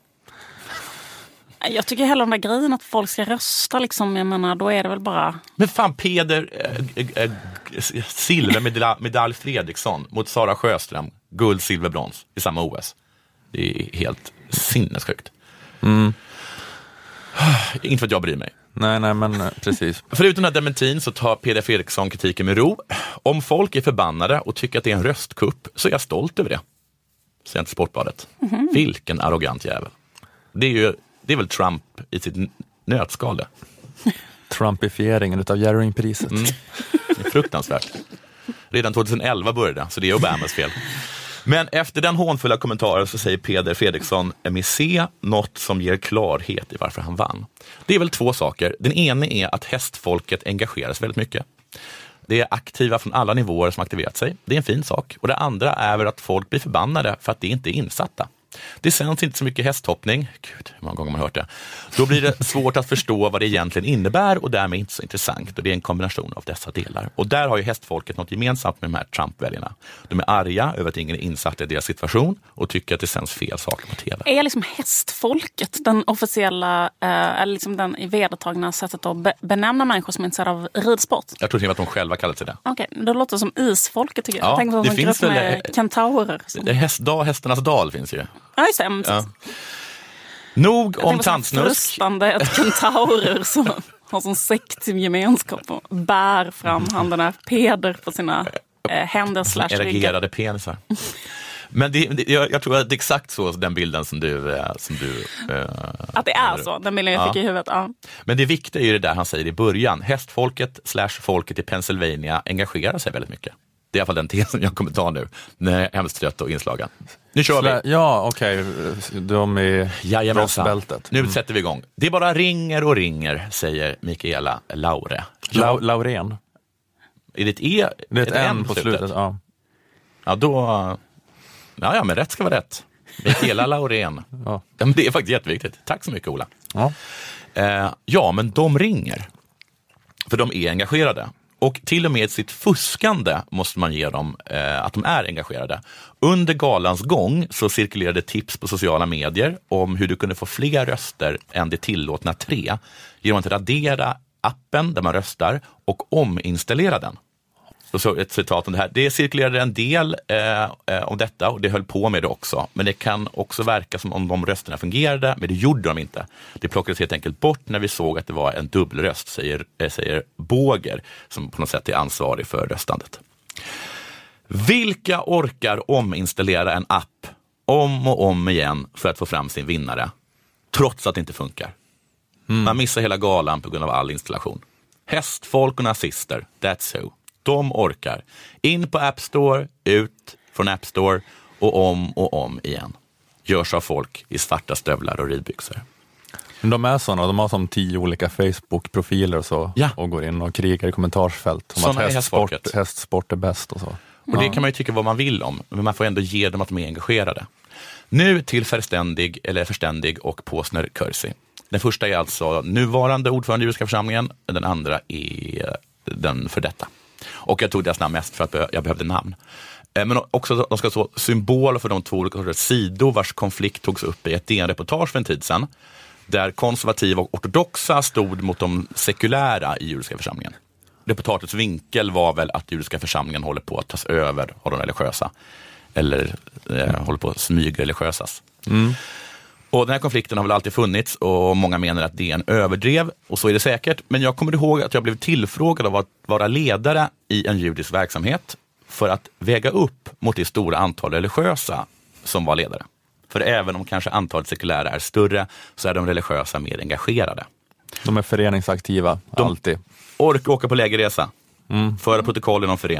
Jag tycker hela den där grejen att folk ska rösta, liksom, jag menar, då är det väl bara... Men fan, Peder äh, äh, äh, silvermedalj medalj Fredriksson mot Sara Sjöström, guld, silver, brons i samma O S. Det är helt sinnessjukt. Mm. Inte för att jag bryr mig. Nej, nej, men precis. Förutom den här dementin så tar Peder Fredriksson kritiken med ro. Om folk är förbannade och tycker att det är en röstkupp så är jag stolt över det. Säger inte Sportbladet. Mm-hmm. Vilken arrogant jävel. Det är ju det är väl Trump i sitt nötskal det. Trumpifieringen utav Jerringpriset. Mm. Det är fruktansvärt. Redan tjugoelva började det, så det är Obamas fel. Men efter den hånfulla kommentaren så säger Peder Fredriksson med C något som ger klarhet i varför han vann. Det är väl två saker. Den ena är att hästfolket engageras väldigt mycket. Det är aktiva från alla nivåer som aktiverat sig. Det är en fin sak. Och det andra är väl att folk blir förbannade för att det inte är insatta. Det sänds inte så mycket hästhoppning. Gud, hur många gånger man hört det. Då blir det svårt att förstå vad det egentligen innebär och därmed inte så intressant. Och det är en kombination av dessa delar. Och där har ju hästfolket något gemensamt med de här Trump-väljarna. De är arga över att ingen är insatt i deras situation och tycker att det sänds fel saker på tv. Är liksom hästfolket den officiella, eller liksom den i vedertagna sättet att be- benämna människor som är intresserade av ridsport? Jag tror inte att de själva kallat sig det. Okej, okay, det låter som isfolket tycker jag. Ja, jag tänkte det som en finns grupp väl, med kentaurer. Det är hästdag, hästarnas dal finns ju. Ja, just det. Ja. Nog om tandsnusk. Frustande ett kentaurer som har sån sektgemenskap och bär fram han den här Peder på sina eh, händer slash ryggar. Erigerade penisar. Men det, det, jag, jag tror att det är exakt så den bilden som du... Eh, som du eh, att det är så, den bilden jag ja. fick i huvudet. Ja. Men det viktiga är ju det där han säger i början. Hästfolket slash folket i Pennsylvania engagerar sig väldigt mycket. Det är i alla fall den tesen jag kommer ta nu. När jag är hemskt trött och inslagen. Nu kör Slä, vi. Ja, okej. Okay. De är bröstbältet. Nu sätter vi igång. Det bara ringer och ringer, säger Mikaela Laure. La- Laurén. Är det ett E? Det är ett, ett N på slutet. slutet ja. Ja, då... Ja, ja, men rätt ska vara rätt. Mikaela Laurén. Ja. Ja, men det är faktiskt jätteviktigt. Tack så mycket, Ola. Ja. Eh, ja, men de ringer. För de är engagerade. Och till och med sitt fuskande måste man ge dem eh, att de är engagerade. Under galans gång så cirkulerade tips på sociala medier om hur du kunde få fler röster än det tillåtna tre genom att radera appen där man röstar och ominstallera den. Så, så ett citat om det här. Det cirkulerade en del eh, eh, om detta och det höll på med det också. Men det kan också verka som om de rösterna fungerade, men det gjorde de inte. Det plockades helt enkelt bort när vi såg att det var en dubbelröst, säger, eh, säger Båger, som på något sätt är ansvarig för röstandet. Vilka orkar ominstallera en app om och om igen för att få fram sin vinnare, trots att det inte funkar? Mm. Man missar hela galan på grund av all installation. Hästfolk och nazister, that's who. De orkar. In på App Store, ut från App Store och om och om igen. Görs av folk i svarta stövlar och ridbyxor. De är sådana, de har som tio olika Facebook-profiler och så. Ja. Och går in och krigar i kommentarsfält om såna att hästsport, hästsport är bäst och så. Och ja. Det kan man ju tycka vad man vill om, men man får ändå ge dem att de är engagerade. Nu till förständig, eller förständig och Påsner Körsi. Den första är alltså nuvarande ordförande i Judiska församlingen, den andra är den för detta. Och jag tog deras namn mest för att jag behövde namn. Men också de ska så symboler för de två olika sidor vars konflikt togs upp i ett D N-reportage för en tid sedan. Där konservativa och ortodoxa stod mot de sekulära i Judiska församlingen. Reportagets vinkel var väl att Judiska församlingen håller på att tas över av de religiösa. Eller eh, håller på att smygreligiösas. Mm. Och den här konflikten har väl alltid funnits och många menar att det är en överdrev och så är det säkert. Men jag kommer ihåg att jag blev tillfrågad av att vara ledare i en judisk verksamhet för att väga upp mot det stora antal religiösa som var ledare. För även om kanske antalet sekulära är större så är de religiösa mer engagerade. De är föreningsaktiva, de alltid. Orkar åka på lägerresa, mm. föra protokoll i någon förening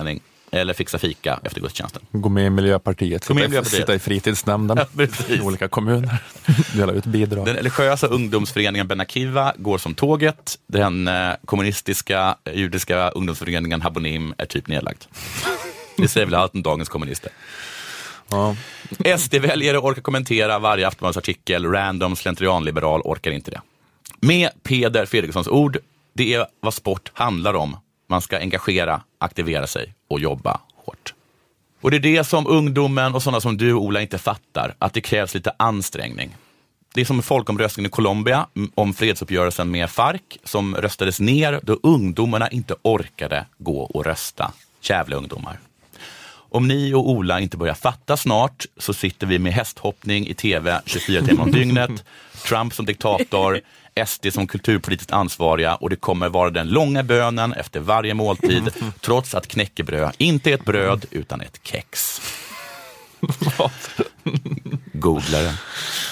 eller fixa fika efter gudstjänsten. Gå med i Miljöpartiet, Gå med i sitta, Miljöpartiet. sitta i fritidsnämnden i olika kommuner, dela ut bidrag. Den religiösa ungdomsföreningen Ben Akiva går som tåget. Den eh, kommunistiska judiska ungdomsföreningen Habonim är typ nedlagd. Det säger väl allt om dagens kommunister. Ja. S D-väljare orkar kommentera varje Aftonbladsartikel. Random slentrianliberal orkar inte det. Med Peder Fredrikssons ord, det är vad sport handlar om. Man ska engagera, aktivera sig och jobba hårt. Och det är det som ungdomen och sådana som du, Ola, inte fattar. Att det krävs lite ansträngning. Det är som folkomröstningen i Colombia om fredsuppgörelsen med FARC som röstades ner då ungdomarna inte orkade gå och rösta. Jävla ungdomar. Om ni och Ola inte börjar fatta snart så sitter vi med hästhoppning i tv tjugofyra timmar om dygnet, Trump som diktator, S D som kulturpolitiskt ansvariga och det kommer vara den långa bönen efter varje måltid trots att knäckebröd inte är ett bröd utan ett kex. Googla det.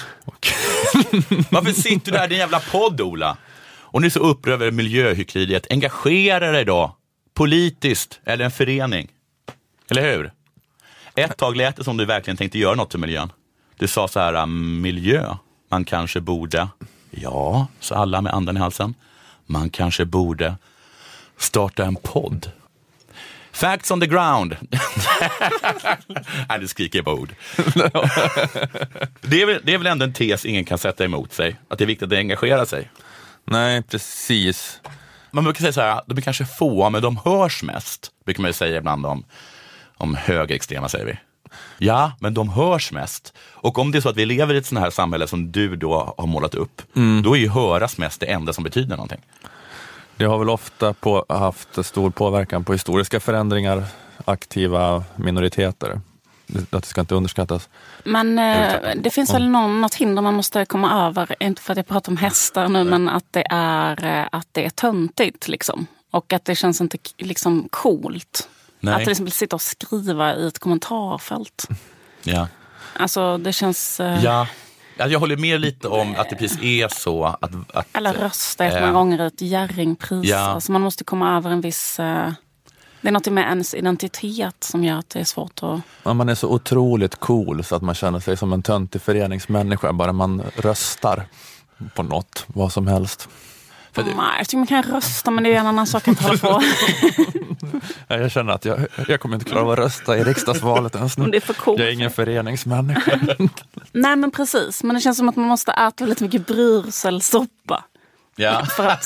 Varför sitter du här i din jävla podd, Ola? Och ni är så upprörda över miljöhyckleriet. Engagera dig då. Politiskt eller en förening. Eller hur? Ett tag lät det som du verkligen tänkte göra något för miljön. Du sa så här, miljö, man kanske borde. Ja, så alla med andan i halsen. Man kanske borde starta en podd. Facts on the ground. Nej, det skriker jag på ord. det, är väl, det är väl ändå en tes ingen kan sätta emot sig. Att det är viktigt att engagera sig. Nej, precis. Man brukar säga så här, de är kanske få, men de hörs mest. Brukar man ju säga ibland om, om högerextrema, säger vi. Ja, men de hörs mest. Och om det är så att vi lever i ett sånt här samhälle som du då har målat upp, mm. då är ju höras mest det enda som betyder någonting. Det har väl ofta på, haft stor påverkan på historiska förändringar, aktiva minoriteter. Att det ska inte underskattas. Men eh, det finns väl någon, något hinder man måste komma över, inte för att jag pratar om hästar nu, men att det är, att det är töntigt liksom. Och att det känns inte liksom coolt. Nej. Att till exempel sitta och skriva i ett kommentarfält. Ja. Alltså det känns... Eh, ja. Jag håller med lite om att det precis är så att... att eller rösta ett många äh, gånger i ett Jerringpris. Ja. Alltså man måste komma över en viss... Eh, det är något med ens identitet som gör att det är svårt att... Ja, man är så otroligt cool så att man känner sig som en töntig föreningsmänniska bara man röstar på något, vad som helst. För det... Nej, jag tycker man kan rösta, men det är en annan sak att hålla på. Jag känner att jag, jag kommer inte klara av att rösta i riksdagsvalet ens nu. Det är för coolt. Jag är ingen föreningsmänniska. Nej, men precis. Men det känns som att man måste äta lite mycket bryrselsoppa. Ja. För att,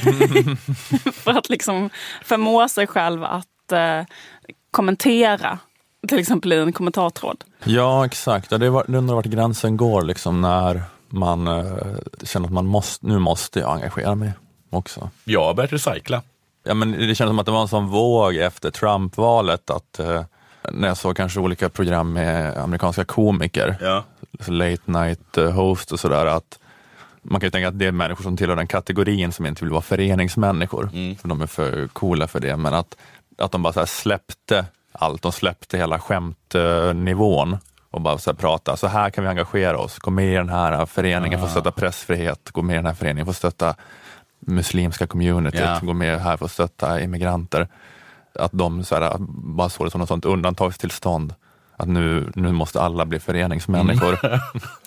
för att liksom förmå sig själv att eh, kommentera, till exempel i en kommentartråd. Ja, exakt. Det undrar vart gränsen går liksom, när man eh, känner att man måste, nu måste jag engagera mig också. Jag har börjat recykla. Ja, men det känns som att det var en sån våg efter Trump-valet att eh, när jag såg kanske olika program med amerikanska komiker, ja. late night host och sådär, att man kan ju tänka att det är människor som tillhör den kategorin som inte vill vara föreningsmänniskor, mm. för de är för coola för det, men att, att de bara så här släppte allt, de släppte hela skämtnivån och bara så här prata, så här kan vi engagera oss, gå med i den här föreningen, ah. få stötta pressfrihet, gå med i den här föreningen, få stötta muslimska communityt, yeah. gå med här för att stötta immigranter. Att de så här, bara såg det som något sånt undantagstillstånd. Att nu, nu måste alla bli föreningsmänniskor. Mm.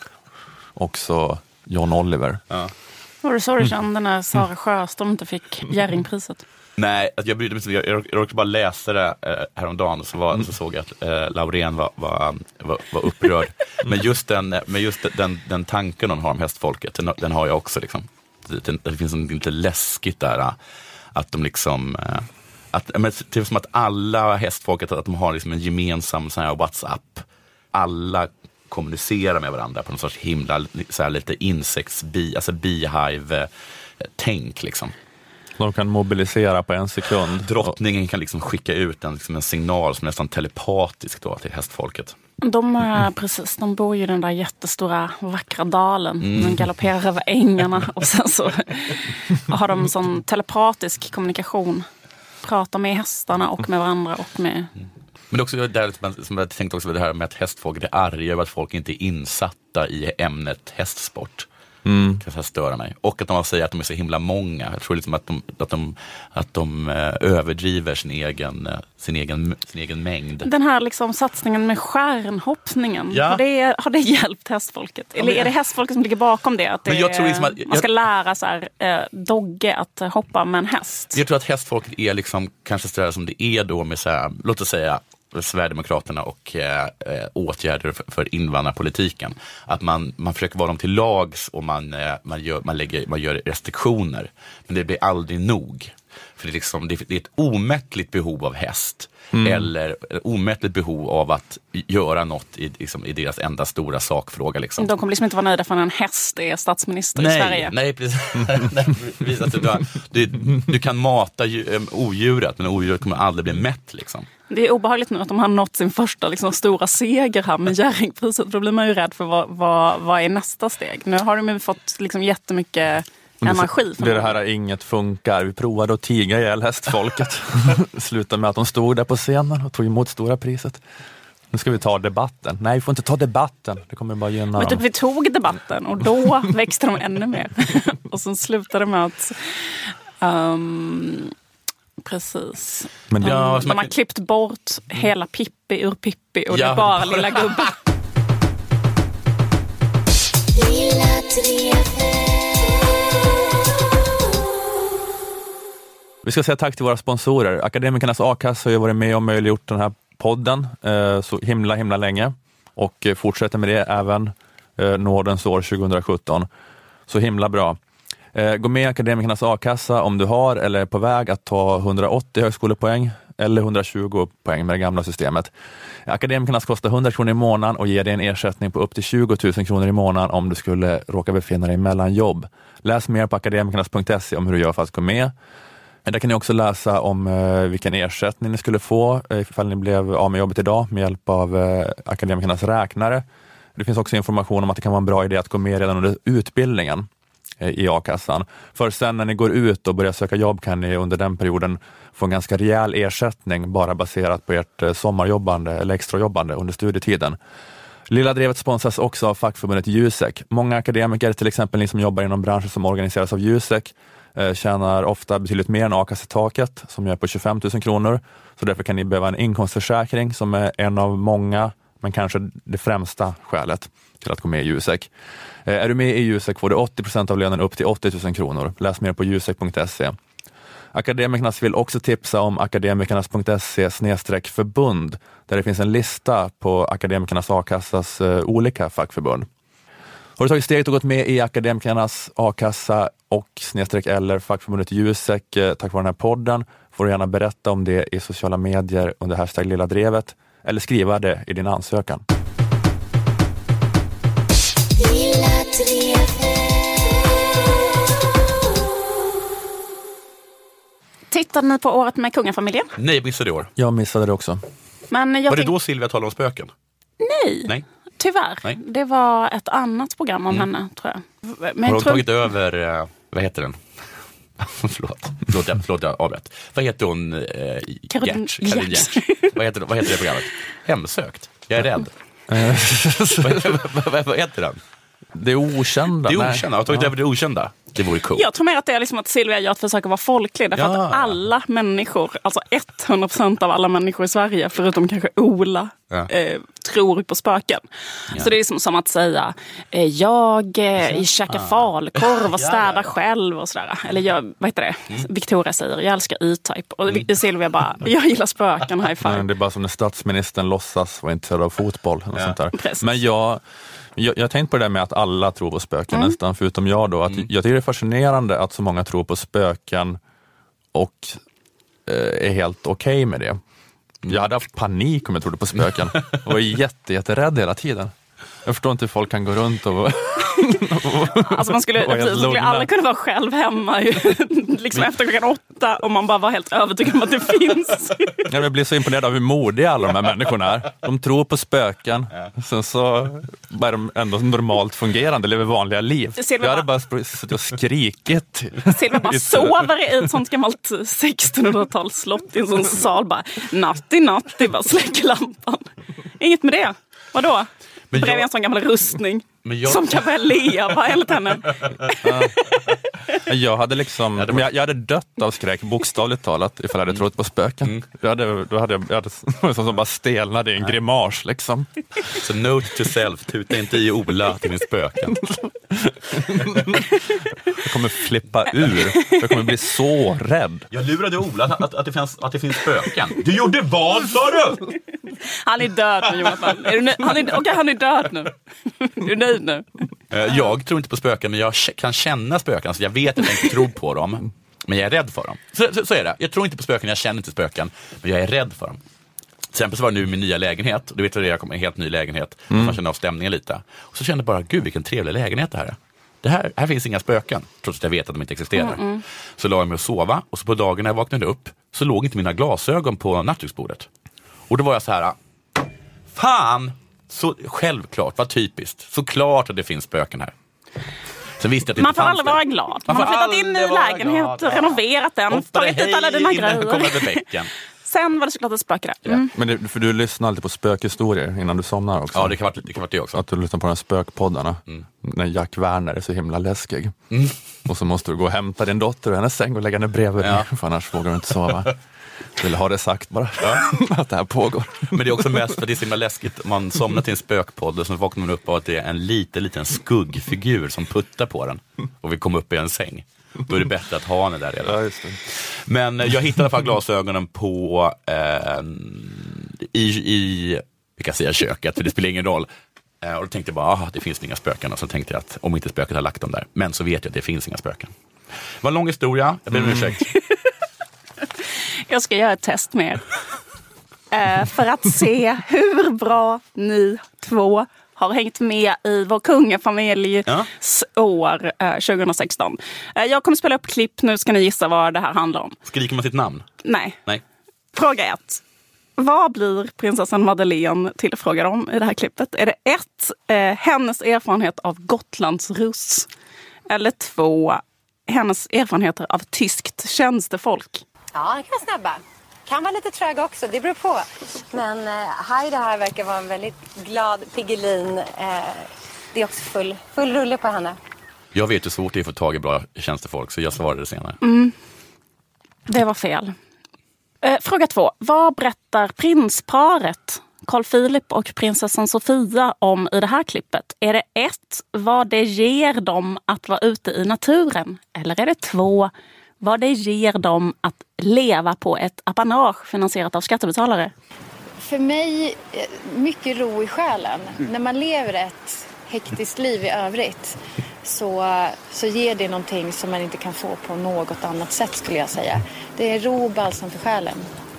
Också John Oliver. Ja. Var det så du kände när Sara Sjöström inte fick Jerringpriset? Nej, att jag brydde mig. Jag, jag, jag råkade bara läsa det eh, häromdagen, så, var, mm. så såg jag att eh, Laurén var, var, var, var upprörd. Men just, den, men just den, den tanken de har om hästfolket, den, den har jag också liksom. Det, det finns något lite läskigt där, att de liksom att, men det är som att alla hästfolket, att de har liksom en gemensam sån här WhatsApp, alla kommunicerar med varandra på någon sorts himla så här lite insektsbi, alltså beehive-tänk liksom. De kan mobilisera på en sekund. Drottningen kan liksom skicka ut en, liksom en signal som är nästan telepatisk då till hästfolket. De, är, precis, de bor ju i den där jättestora vackra dalen. Mm. De galopperar över ängarna och sen så har de sån telepatisk kommunikation. Pratar med hästarna och med varandra och med... Mm. Men det är också där som jag tänkte också det här med att hästfolket är arga över att folk inte är insatta i ämnet hästsport. Mm. Kan så störa mig. Och att de säger att de är så himla många. Jag tror liksom att de, att de, att de eh, överdriver sin egen, eh, sin, egen, sin egen mängd. Den här liksom satsningen med stjärnhoppningen, ja. har, det, har det hjälpt hästfolket? Ja, Eller är det hästfolket som ligger bakom det? Att det jag tror liksom att, man ska jag, lära så här, eh, Dogge att hoppa med en häst? Jag tror att hästfolket är liksom kanske sådär som det är då med så här, låt oss säga Sverigedemokraterna och eh, åtgärder för, för invandrarpolitiken. Att man, man försöker vara dem till lags och man, eh, man, gör, man, lägger, man gör restriktioner. Men det blir aldrig nog. För det är, liksom, det är ett omättligt behov av häst. Mm. Eller ett omättligt behov av att göra något i, liksom, i deras enda stora sakfråga. Liksom. De kommer liksom inte vara nöjda för en häst är statsminister nej, i Sverige. Nej, precis. nej, precis att du, du, du kan mata odjuret, men odjuret kommer aldrig bli mätt. Liksom. Det är obehagligt nu att de har nått sin första liksom, stora seger här med Jerringpriset. Då blir man ju rädd för vad, vad, vad är nästa steg. Nu har de ju fått liksom, jättemycket energi. Det, det här är inget funkar. Vi provade att tiga ihjäl hästfolket. Slutade med att de stod där på scenen och tog emot stora priset. Nu ska vi ta debatten. Nej, vi får inte ta debatten. Det kommer bara gynna Men typ, dem. vi tog debatten och då växte de ännu mer. Och sen slutade det med att... Um, precis. Men de, ja, de har klippt bort hela Pippi ur Pippi och ja, det är bara lilla gubben. Vi ska säga tack till våra sponsorer. Akademikernas A-kassa har ju varit med och möjliggjort den här podden eh, så himla himla länge och eh, fortsätter med det även eh, nådens år tjugohundrasjutton. Så himla bra. Eh, gå med i Akademikernas A-kassa om du har eller är på väg att ta hundraåttio högskolepoäng eller hundratjugo poäng med det gamla systemet. Akademikernas kostar hundra kronor i månaden och ger dig en ersättning på upp till tjugo tusen kronor i månaden om du skulle råka befinna dig mellan jobb. Läs mer på akademikernas punkt se om hur du gör för att gå med. Där kan ni också läsa om eh, vilken ersättning ni skulle få eh, ifall ni blev av med jobbet idag med hjälp av eh, akademikernas räknare. Det finns också information om att det kan vara en bra idé att gå med redan under utbildningen eh, i A-kassan. För sen när ni går ut och börjar söka jobb kan ni under den perioden få en ganska rejäl ersättning bara baserat på ert eh, sommarjobbande eller extrajobbande under studietiden. Lilla Drevet sponsras också av fackförbundet Jusek. Många akademiker, till exempel ni som jobbar inom branschen som organiseras av Jusek, tjänar ofta betydligt mer än a-kassetaket som är på tjugofem tusen kronor. Så därför kan ni behöva en inkomstförsäkring som är en av många, men kanske det främsta skälet till att gå med i Jusek. Är du med i Jusek får du åttio procent av lönen upp till åttio tusen kronor. Läs mer på jusek punkt se. Akademikernas vill också tipsa om akademikernas punkt se snedstreck förbund där det finns en lista på Akademikernas A-kassas olika fackförbund. Har du tagit steget och gått med i Akademikernas A-kassa och snedstreck eller fackförbundet Jusek tack vare den här podden får du gärna berätta om det i sociala medier under hashtag Lilla Drevet eller skriva det i din ansökan. Tittade ni på Året med kungafamiljen? Nej, jag missade det år. Jag missade det också. Men jag var det tänk... då Silvia talade om spöken? Nej. Nej. Tyvärr. Nej. Det var ett annat program om mm. henne, tror jag. Men har hon tror... tagit över, uh, vad heter den? förlåt, förlåt, jag, förlåt, jag avbröt. Vad heter hon? Uh, Gertz. Gertz. vad, heter, vad heter det programmet? Hemsökt. Jag är rädd. vad, vad, vad heter den? Det okända. Det okända. Har tagit ja. över det okända. Det vore coolt. Jag tror mer att det är liksom att Silvia gör ett försök att vara folklig. Därför ja. att alla människor, alltså hundra procent av alla människor i Sverige, förutom kanske Ola, ja. eh, tror på spöken. Ja. Så det är som, som att säga, eh, jag eh, käkar ah. falukorv och städar ja, ja, ja. själv och sådär. Eller jag, vad heter det? Mm. Victoria säger, jag älskar E-Type. Och mm. Silvia bara, jag gillar spöken, high five. Nej, det är bara som när statsministern låtsas vara intresserad av fotboll. Och ja. sånt där. Precis. Men jag... Jag, jag tänkte på det där med att alla tror på spöken mm. nästan, förutom jag då. Att mm. Jag tycker det är fascinerande att så många tror på spöken och eh, är helt okej okay med det. Jag hade haft panik om jag trodde på spöken. Jag var jätte, jätterädd hela tiden. Jag förstår inte hur folk kan gå runt och... alltså man skulle, precis, skulle alla kunna vara själv hemma liksom efter klockan åtta och man bara var helt övertygad om att det finns. Jag blir så imponerad av hur modiga alla de här människorna är. De tror på spöken. Sen så är de ändå normalt fungerande, lever vanliga liv. Silvia jag hade bara suttit och skrikit. Silvia bara sover i ett sånt gammalt sextonhundratals slott i en sån sal. Bara natti, natti, bara släcker lampan. Inget med det. Vadå? Bredvid en sån gammal rustning. Men jag... Som kan väl leva enligt henne. Jag hade liksom, ja, var... jag, jag hade dött av skräck, bokstavligt talat, ifall jag hade mm. trott på spöken. Mm. Jag hade, då hade jag, jag hade, som, som bara stelnade i en grimas liksom. Så note to self, tuta inte i Ola till min spöken. Jag kommer flippa ur, jag kommer bli så rädd. Jag lurade Ola att, att, att, det, finns, att det finns spöken. Du gjorde vad, sa du? Han är död nu, Jonathan. Är du nö- han, är, okay, han är död nu. Du är nöjd nu. Jag tror inte på spöken, men jag kan känna spöken. Så jag vet att jag inte tror på dem, men jag är rädd för dem. Så, så, så är det. Jag tror inte på spöken, jag känner inte spöken, men jag är rädd för dem. Till exempel så var det nu min nya lägenhet. Du vet vad det är, jag kommer en helt ny lägenhet. Mm. Man känner av stämningen lite. Och så kände jag bara, gud vilken trevlig lägenhet det här är. Det här, här finns inga spöken, trots att jag vet att de inte existerar. Mm, mm. Så la jag mig och sova, och så på dagen när jag vaknade upp så låg inte mina glasögon på nattduksbordet. Och då var jag så här, fan, så självklart, vad typiskt. Såklart att det finns spöken här. Sen visste jag att det man får inte aldrig vara glad. Man, man har flyttat in i lägenhet, glad. renoverat den, tagit ut alla dina grejer. Sen var det såklart ett spöke där. Mm. Men det, för du lyssnar alltid på spökhistorier innan du somnar också. Ja, det kan vara det, kan vara det också. Att du lyssnar på de här spökpoddarna. Mm. När Jack Werner är så himla läskig. Mm. Och så måste du gå och hämta din dotter ur hennes säng och lägga henne bredvid dig. Ja. För annars vågar du inte sova. Jag vill ha det sagt bara. Ja. Att det här pågår. Men det är också mest för det är så himla läskigt. Man somnar till en spökpodd och så vaknar man upp av att det är en liten, liten skuggfigur som puttar på den. Och vill komma upp i en säng. Då är det bättre att ha henne där redan. Ja, just det. Men jag hittade i alla fall glasögonen på eh, i, i vi kan säga köket, för det spelar ingen roll. Eh, och då tänkte jag bara, ah, det finns inga spöken. Och så tänkte jag att om inte spöket har lagt dem där. Men så vet jag att det finns inga spöken. Det var en lång historia, jag ber om ursäkt. Jag ska göra ett test med er. Eh, för att se hur bra ni två har hängt med i vår kungafamiljs ja. år eh, tjugohundrasexton. Eh, jag kommer spela upp klipp, nu ska ni gissa vad det här handlar om. Skriker man sitt namn? Nej. Nej. Fråga ett. Vad blir prinsessan Madeleine tillfrågad om i det här klippet? Är det ett, eh, hennes erfarenhet av Gotlandsruss? Eller två, hennes erfarenheter av tyskt tjänstefolk? Ja, det kan vara snabba. Kan vara lite tröga också, det beror på. Men eh, Heidi här verkar vara en väldigt glad Piggelin. Eh, det är också full, full rulle på henne. Jag vet hur svårt det är att få tag i bra tjänstefolk, så jag svarade det senare. Mm. Det var fel. Eh, fråga två. Vad berättar prinsparet Carl Philip och prinsessan Sofia om i det här klippet? Är det ett, vad det ger dem att vara ute i naturen? Eller är det två, vad det ger dem att leva på ett apanage finansierat av skattebetalare? För mig, mycket ro i själen. Mm. När man lever ett hektiskt liv i övrigt så, så ger det någonting som man inte kan få på något annat sätt, skulle jag säga. Det är ro och balsam för själen.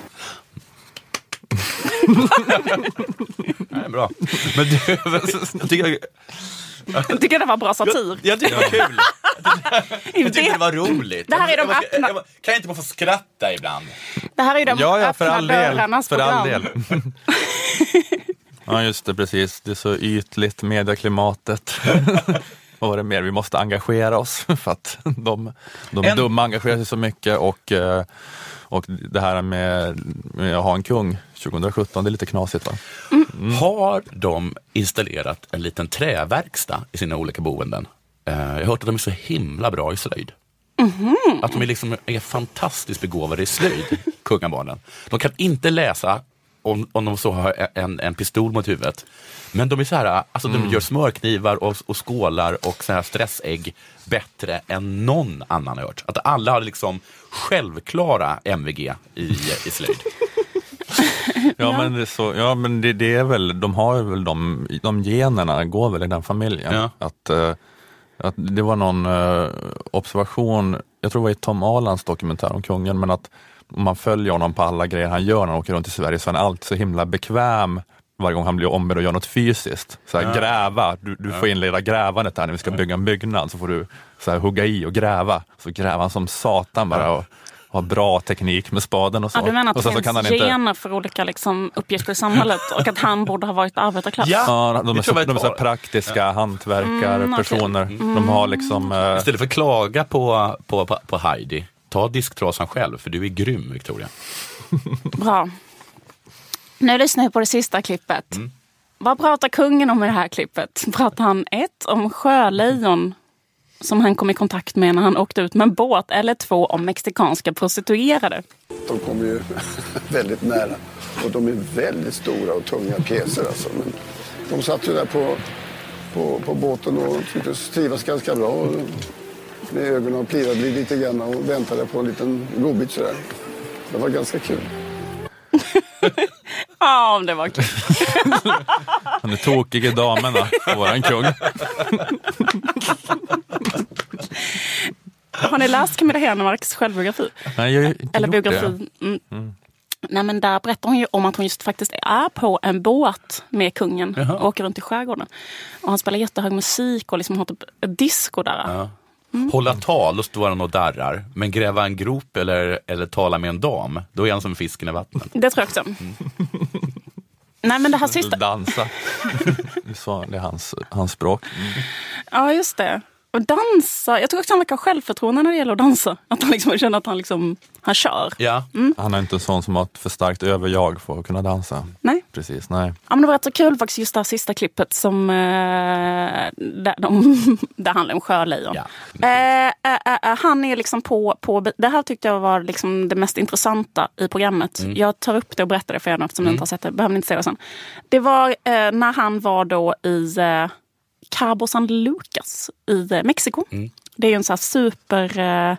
Nej, bra. Men du, jag tycker... Jag tycker det var bra satir. Jag, jag tycker det var kul. Jag tycker det var roligt. Det här är de jag, öppna... jag, kan jag inte bara få skratta ibland? Det här är de ja, ja, för öppna all del, dörrarnas för program. all del. Ja, just det, precis. Det är så ytligt, medieklimatet. Vad var det mer? Vi måste engagera oss för att de, de en... dumma engagerar sig så mycket och... Och det här med, med att ha en kung tjugohundrasjutton, det är lite knasigt, va? Mm. Mm. Har de installerat en liten träverkstad i sina olika boenden? Uh, jag har hört att de är så himla bra i slöjd. Mm. Att de är, liksom, är fantastiskt begåvade i slöjd, kungabarnen. De kan inte läsa om, om de så har en, en pistol mot huvudet. Men de är så här, alltså mm. de gör smörknivar och, och skålar och så här stressägg bättre än någon annan har hört. Att alla har liksom självklara M V G i, i slöjd. Ja, men, det är så, ja, men det, det är väl, de har väl de, de generna går väl i den familjen. Ja. Att, uh, att det var någon uh, observation, jag tror det var i Tom Ahlans dokumentär om kungen, men att om man följer honom på alla grejer han gör när han åker runt i Sverige, så är han alltid så himla bekväm varje gång han blir ombedd att göra något fysiskt. Så här, ja. gräva, du, du ja. får inleda grävandet här när vi ska bygga en byggnad, så får du så här, hugga i och gräva. Så gräver han som satan bara och har bra teknik med spaden och så. Ja, du menar att och det finns kan han gener inte... för olika liksom, uppgifter i samhället och att han borde ha varit arbetarklass? Ja, ja de är så, de är så praktiska ja. hantverkarpersoner. Mm, okay. mm. De har liksom... Uh... Istället för att klaga på, på, på, på Heidi, ta disktrasan själv, för du är grym, Victoria. Bra. Nu lyssnar vi på det sista klippet. Mm. Vad pratar kungen om i det här klippet? Pratar han ett om sjölejon som han kom i kontakt med när han åkte ut med en båt, eller två om mexikanska prostituerade? De kommer ju väldigt nära och de är väldigt stora och tunga pjäser alltså. Men de satt ju där på, på, på båten och tyckte trivas ganska bra och med ögonen och plirade lite grann och väntade på en liten godbit sådär. Det var ganska kul. Ja, det var kul. Han är tokig i damerna, våran kung. Har ni läst Camilla Henemarks självbiografi? Nej, jag har inte Eller gjort biografi. det. Mm. Mm. Nej, men där berättar hon ju om att hon just faktiskt är på en båt med kungen. Jaha. Och åker runt i skärgården. Och han spelar jättehög musik och liksom har typ ett disco där. Ja. Mm. Hålla tal, då står han och darrar. Men gräva en grop eller, eller tala med en dam, då är han som fisken i vattnet. Det tror jag också. Mm. Nej, men det här sista... Dansa. Så, det är hans, hans språk. Mm. Ja, just det. Och dansa. Jag tror också han verkar ha självförtroende när det gäller att dansa. Att han liksom känner att han liksom, han kör. Ja. Mm. Han är inte en sån som har ett för starkt överjag för att kunna dansa. Nej. Precis, nej. Ja, men det var rätt så kul faktiskt just det här sista klippet som eh, där, de, där handlar om sjölejon. Ja. Eh, eh, eh, han är liksom på, på, det här tyckte jag var liksom det mest intressanta i programmet. Mm. Jag tar upp det och berättar det för er nu eftersom mm. ni inte har sett det. Behöver ni inte se det sen. Det var eh, när han var då i eh, Cabo San Lucas i eh, Mexiko. Mm. Det är ju en så här super eh,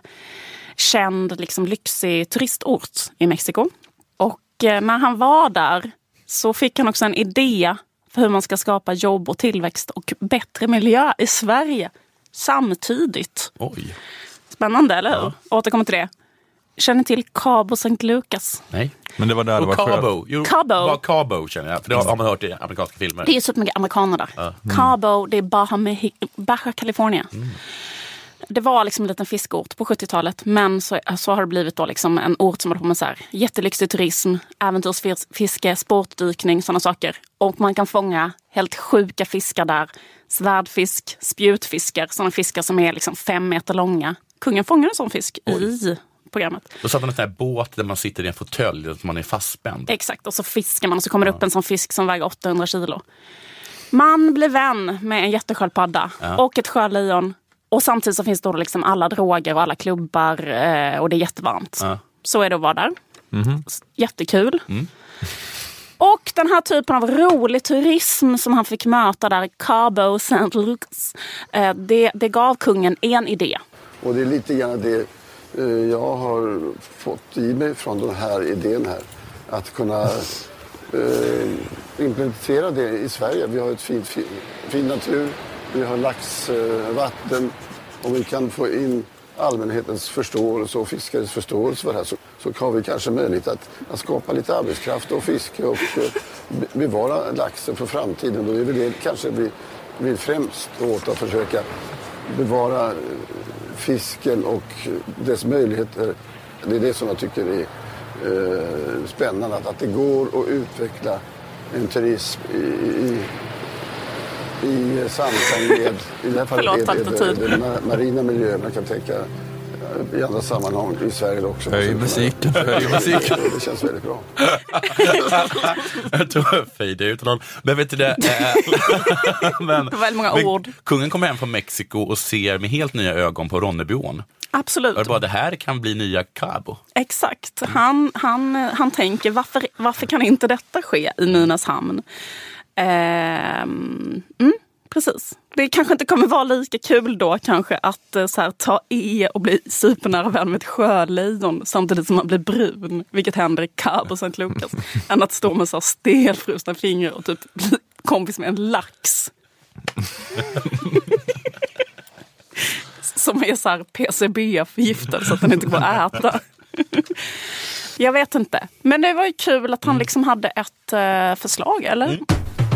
känd, liksom lyxig turistort i Mexiko. Och eh, när han var där så fick han också en idé för hur man ska skapa jobb och tillväxt och bättre miljö i Sverige samtidigt. Oj. Spännande, eller hur? Ja. Återkommer till det. Känner till Cabo San Lucas? Nej. Men det var där det var Cabo. Jo, Cabo. Bara Cabo känner jag. För det har man hört i amerikanska filmer. Det är supermycket amerikaner där. Ja. Mm. Cabo, det är Baja, Baja California. Mm. Det var liksom en liten fiskort på sjuttiotalet. Men så, så har det blivit då liksom en ort som har på med så här jättelyxig turism, äventyrsfiske, sportdykning, sådana saker. Och man kan fånga helt sjuka fiskar där. Svärdfisk, spjutfiskar, sådana fiskar som är liksom fem meter långa. Kungen fångar en sån fisk Oj. i programmet. Då satt man en sån här båt där man sitter i en fåtölj där man är fastspänd. Exakt, och så fiskar man och så kommer det upp en sån fisk som väger åttahundra kilo. Man blir vän med en jättesköldpadda ja. och ett sjölejon. Och samtidigt så finns det då liksom alla droger och alla klubbar eh, och det är jättevarmt. Ja. Så är det att vara där. Mm-hmm. Jättekul. Mm. Och den här typen av rolig turism som han fick möta där i Cabo San Lucas, eh, det, det gav kungen en idé. Och det är lite grann det eh, jag har fått i mig från den här idén här. Att kunna eh, implementera det i Sverige. Vi har ett fint, fin, fin natur. Vi har laxvatten och vi kan få in allmänhetens förståelse och fiskares förståelse för det här så, så har vi kanske möjlighet att, att skapa lite arbetskraft och fiske och uh, bevara laxen för framtiden. Då är det kanske vi vill främst åt att försöka bevara fisken och dess möjligheter. Det är det som jag tycker är uh, spännande, att, att det går att utveckla en turism i, i i samklang med, i det här fallet Förlåt, är det, det, det marina miljön. Man kan tänka i andra sammanhang i Sverige också. Höj musiken, höj musiken. Det känns väldigt bra. Jag tror jag fejdar ut någon. Men vet du det? men, det var väldigt många men, ord. Kungen kommer hem från Mexiko och ser med helt nya ögon på Ronnebyån. Absolut. Och bara, det här kan bli nya Cabo. Exakt. Han, han, han tänker, varför, varför kan inte detta ske i Nynäshamn? Um, mm, precis. Det kanske inte kommer vara lika kul då kanske att så här, ta i och bli supernära vän med ett sjölejon samtidigt som man blir brun, vilket händer i Cabo San Lucas, än att stå med så här stelfrusna fingrar och typ bli kompis med en lax. Som är så här P C B-förgiftad så att den inte går att äta. Jag vet inte. Men det var ju kul att han liksom hade ett uh, förslag, eller? Mm.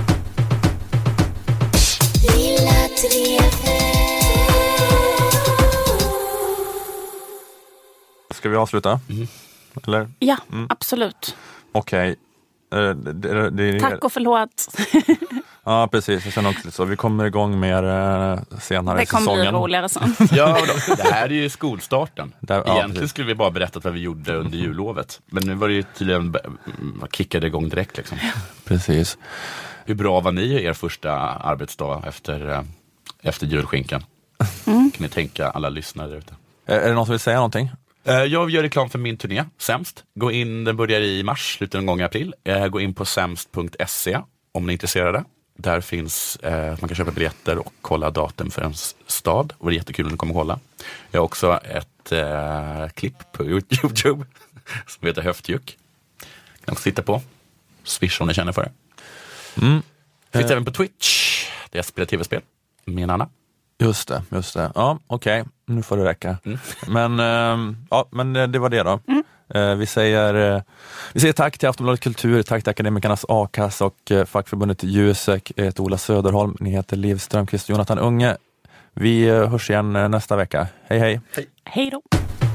Ska vi avsluta? Mm. Eller? Ja, mm. absolut. Okej. Okay. Uh, det, det, det, Tack och förlåt. Ja, precis. Jag känner också lite så. Vi kommer igång mer uh, senare i säsongen. Det kommer bli roligare sen. Ja, då, det här är ju skolstarten. Där, Egentligen ja, skulle vi bara berätta vad vi gjorde under jullovet. Men nu var det ju tydligen, man kickade igång direkt liksom. Precis. Hur bra var ni i er första arbetsdag efter, efter julskinkan? Mm. Kan ni tänka alla lyssnare där ute? Är det någon som vill säga någonting? Jag gör reklam för min turné, Sämst. Gå in, den börjar i mars, slutar någon gång i april. Gå in på sämst punkt se om ni är intresserade. Där finns, eh, man kan köpa biljetter och kolla datum för en stad. Och det är jättekul om ni kommer hålla. Jag har också ett eh, klipp på YouTube som heter Höftjuck. Kan också titta på. Swish om ni känner för det. Mm. Finns eh. även på Twitch. Det är spelar tv-spel med Anna. Just det, just det. Ja, okej. Okay. Nu får det räcka. Mm. Men, eh, ja, men det var det då. Mm. Eh, vi, säger, eh, vi säger tack till Aftonbladet Kultur, tack till Akademikernas A-kassa och eh, fackförbundet Jusek. Jag heter Ola Söderholm, ni heter Liv Strömqvist och Jonathan Unge. Vi eh, hörs igen eh, nästa vecka. Hej hej. Hej, hej då.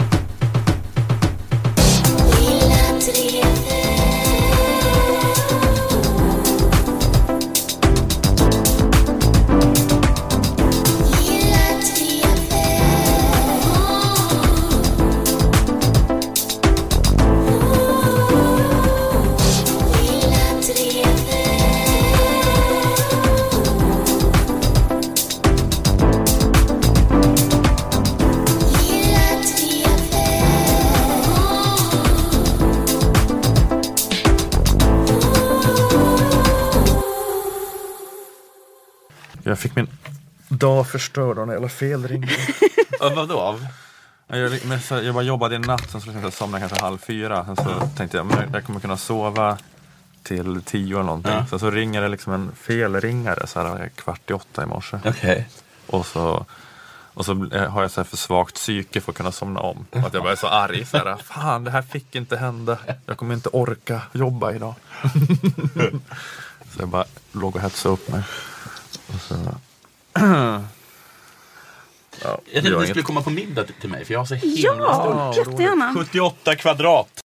Jag fick min dag förstörd av en jävla felring. Ja, vadå? Jag, men så, jag bara jobbade i natt, sen så jag somnade kanske halv fyra. Sen så tänkte jag, men jag kommer kunna sova till tio eller någonting. Ja. Sen så ringer det liksom en felringare så här kvart i åtta i morse. Okej. Okay. Och så, och så har jag så här för svagt psyke för att kunna somna om. Och att jag bara är så arg. Så här, fan, det här fick inte hända. Jag kommer inte orka jobba idag. Så jag bara låg och hetsade upp mig. Och så... ja, jag tänkte att ni skulle komma på middag till mig, för jag har så himla ja, stor. jättegärna. sjuttioåtta kvadrat.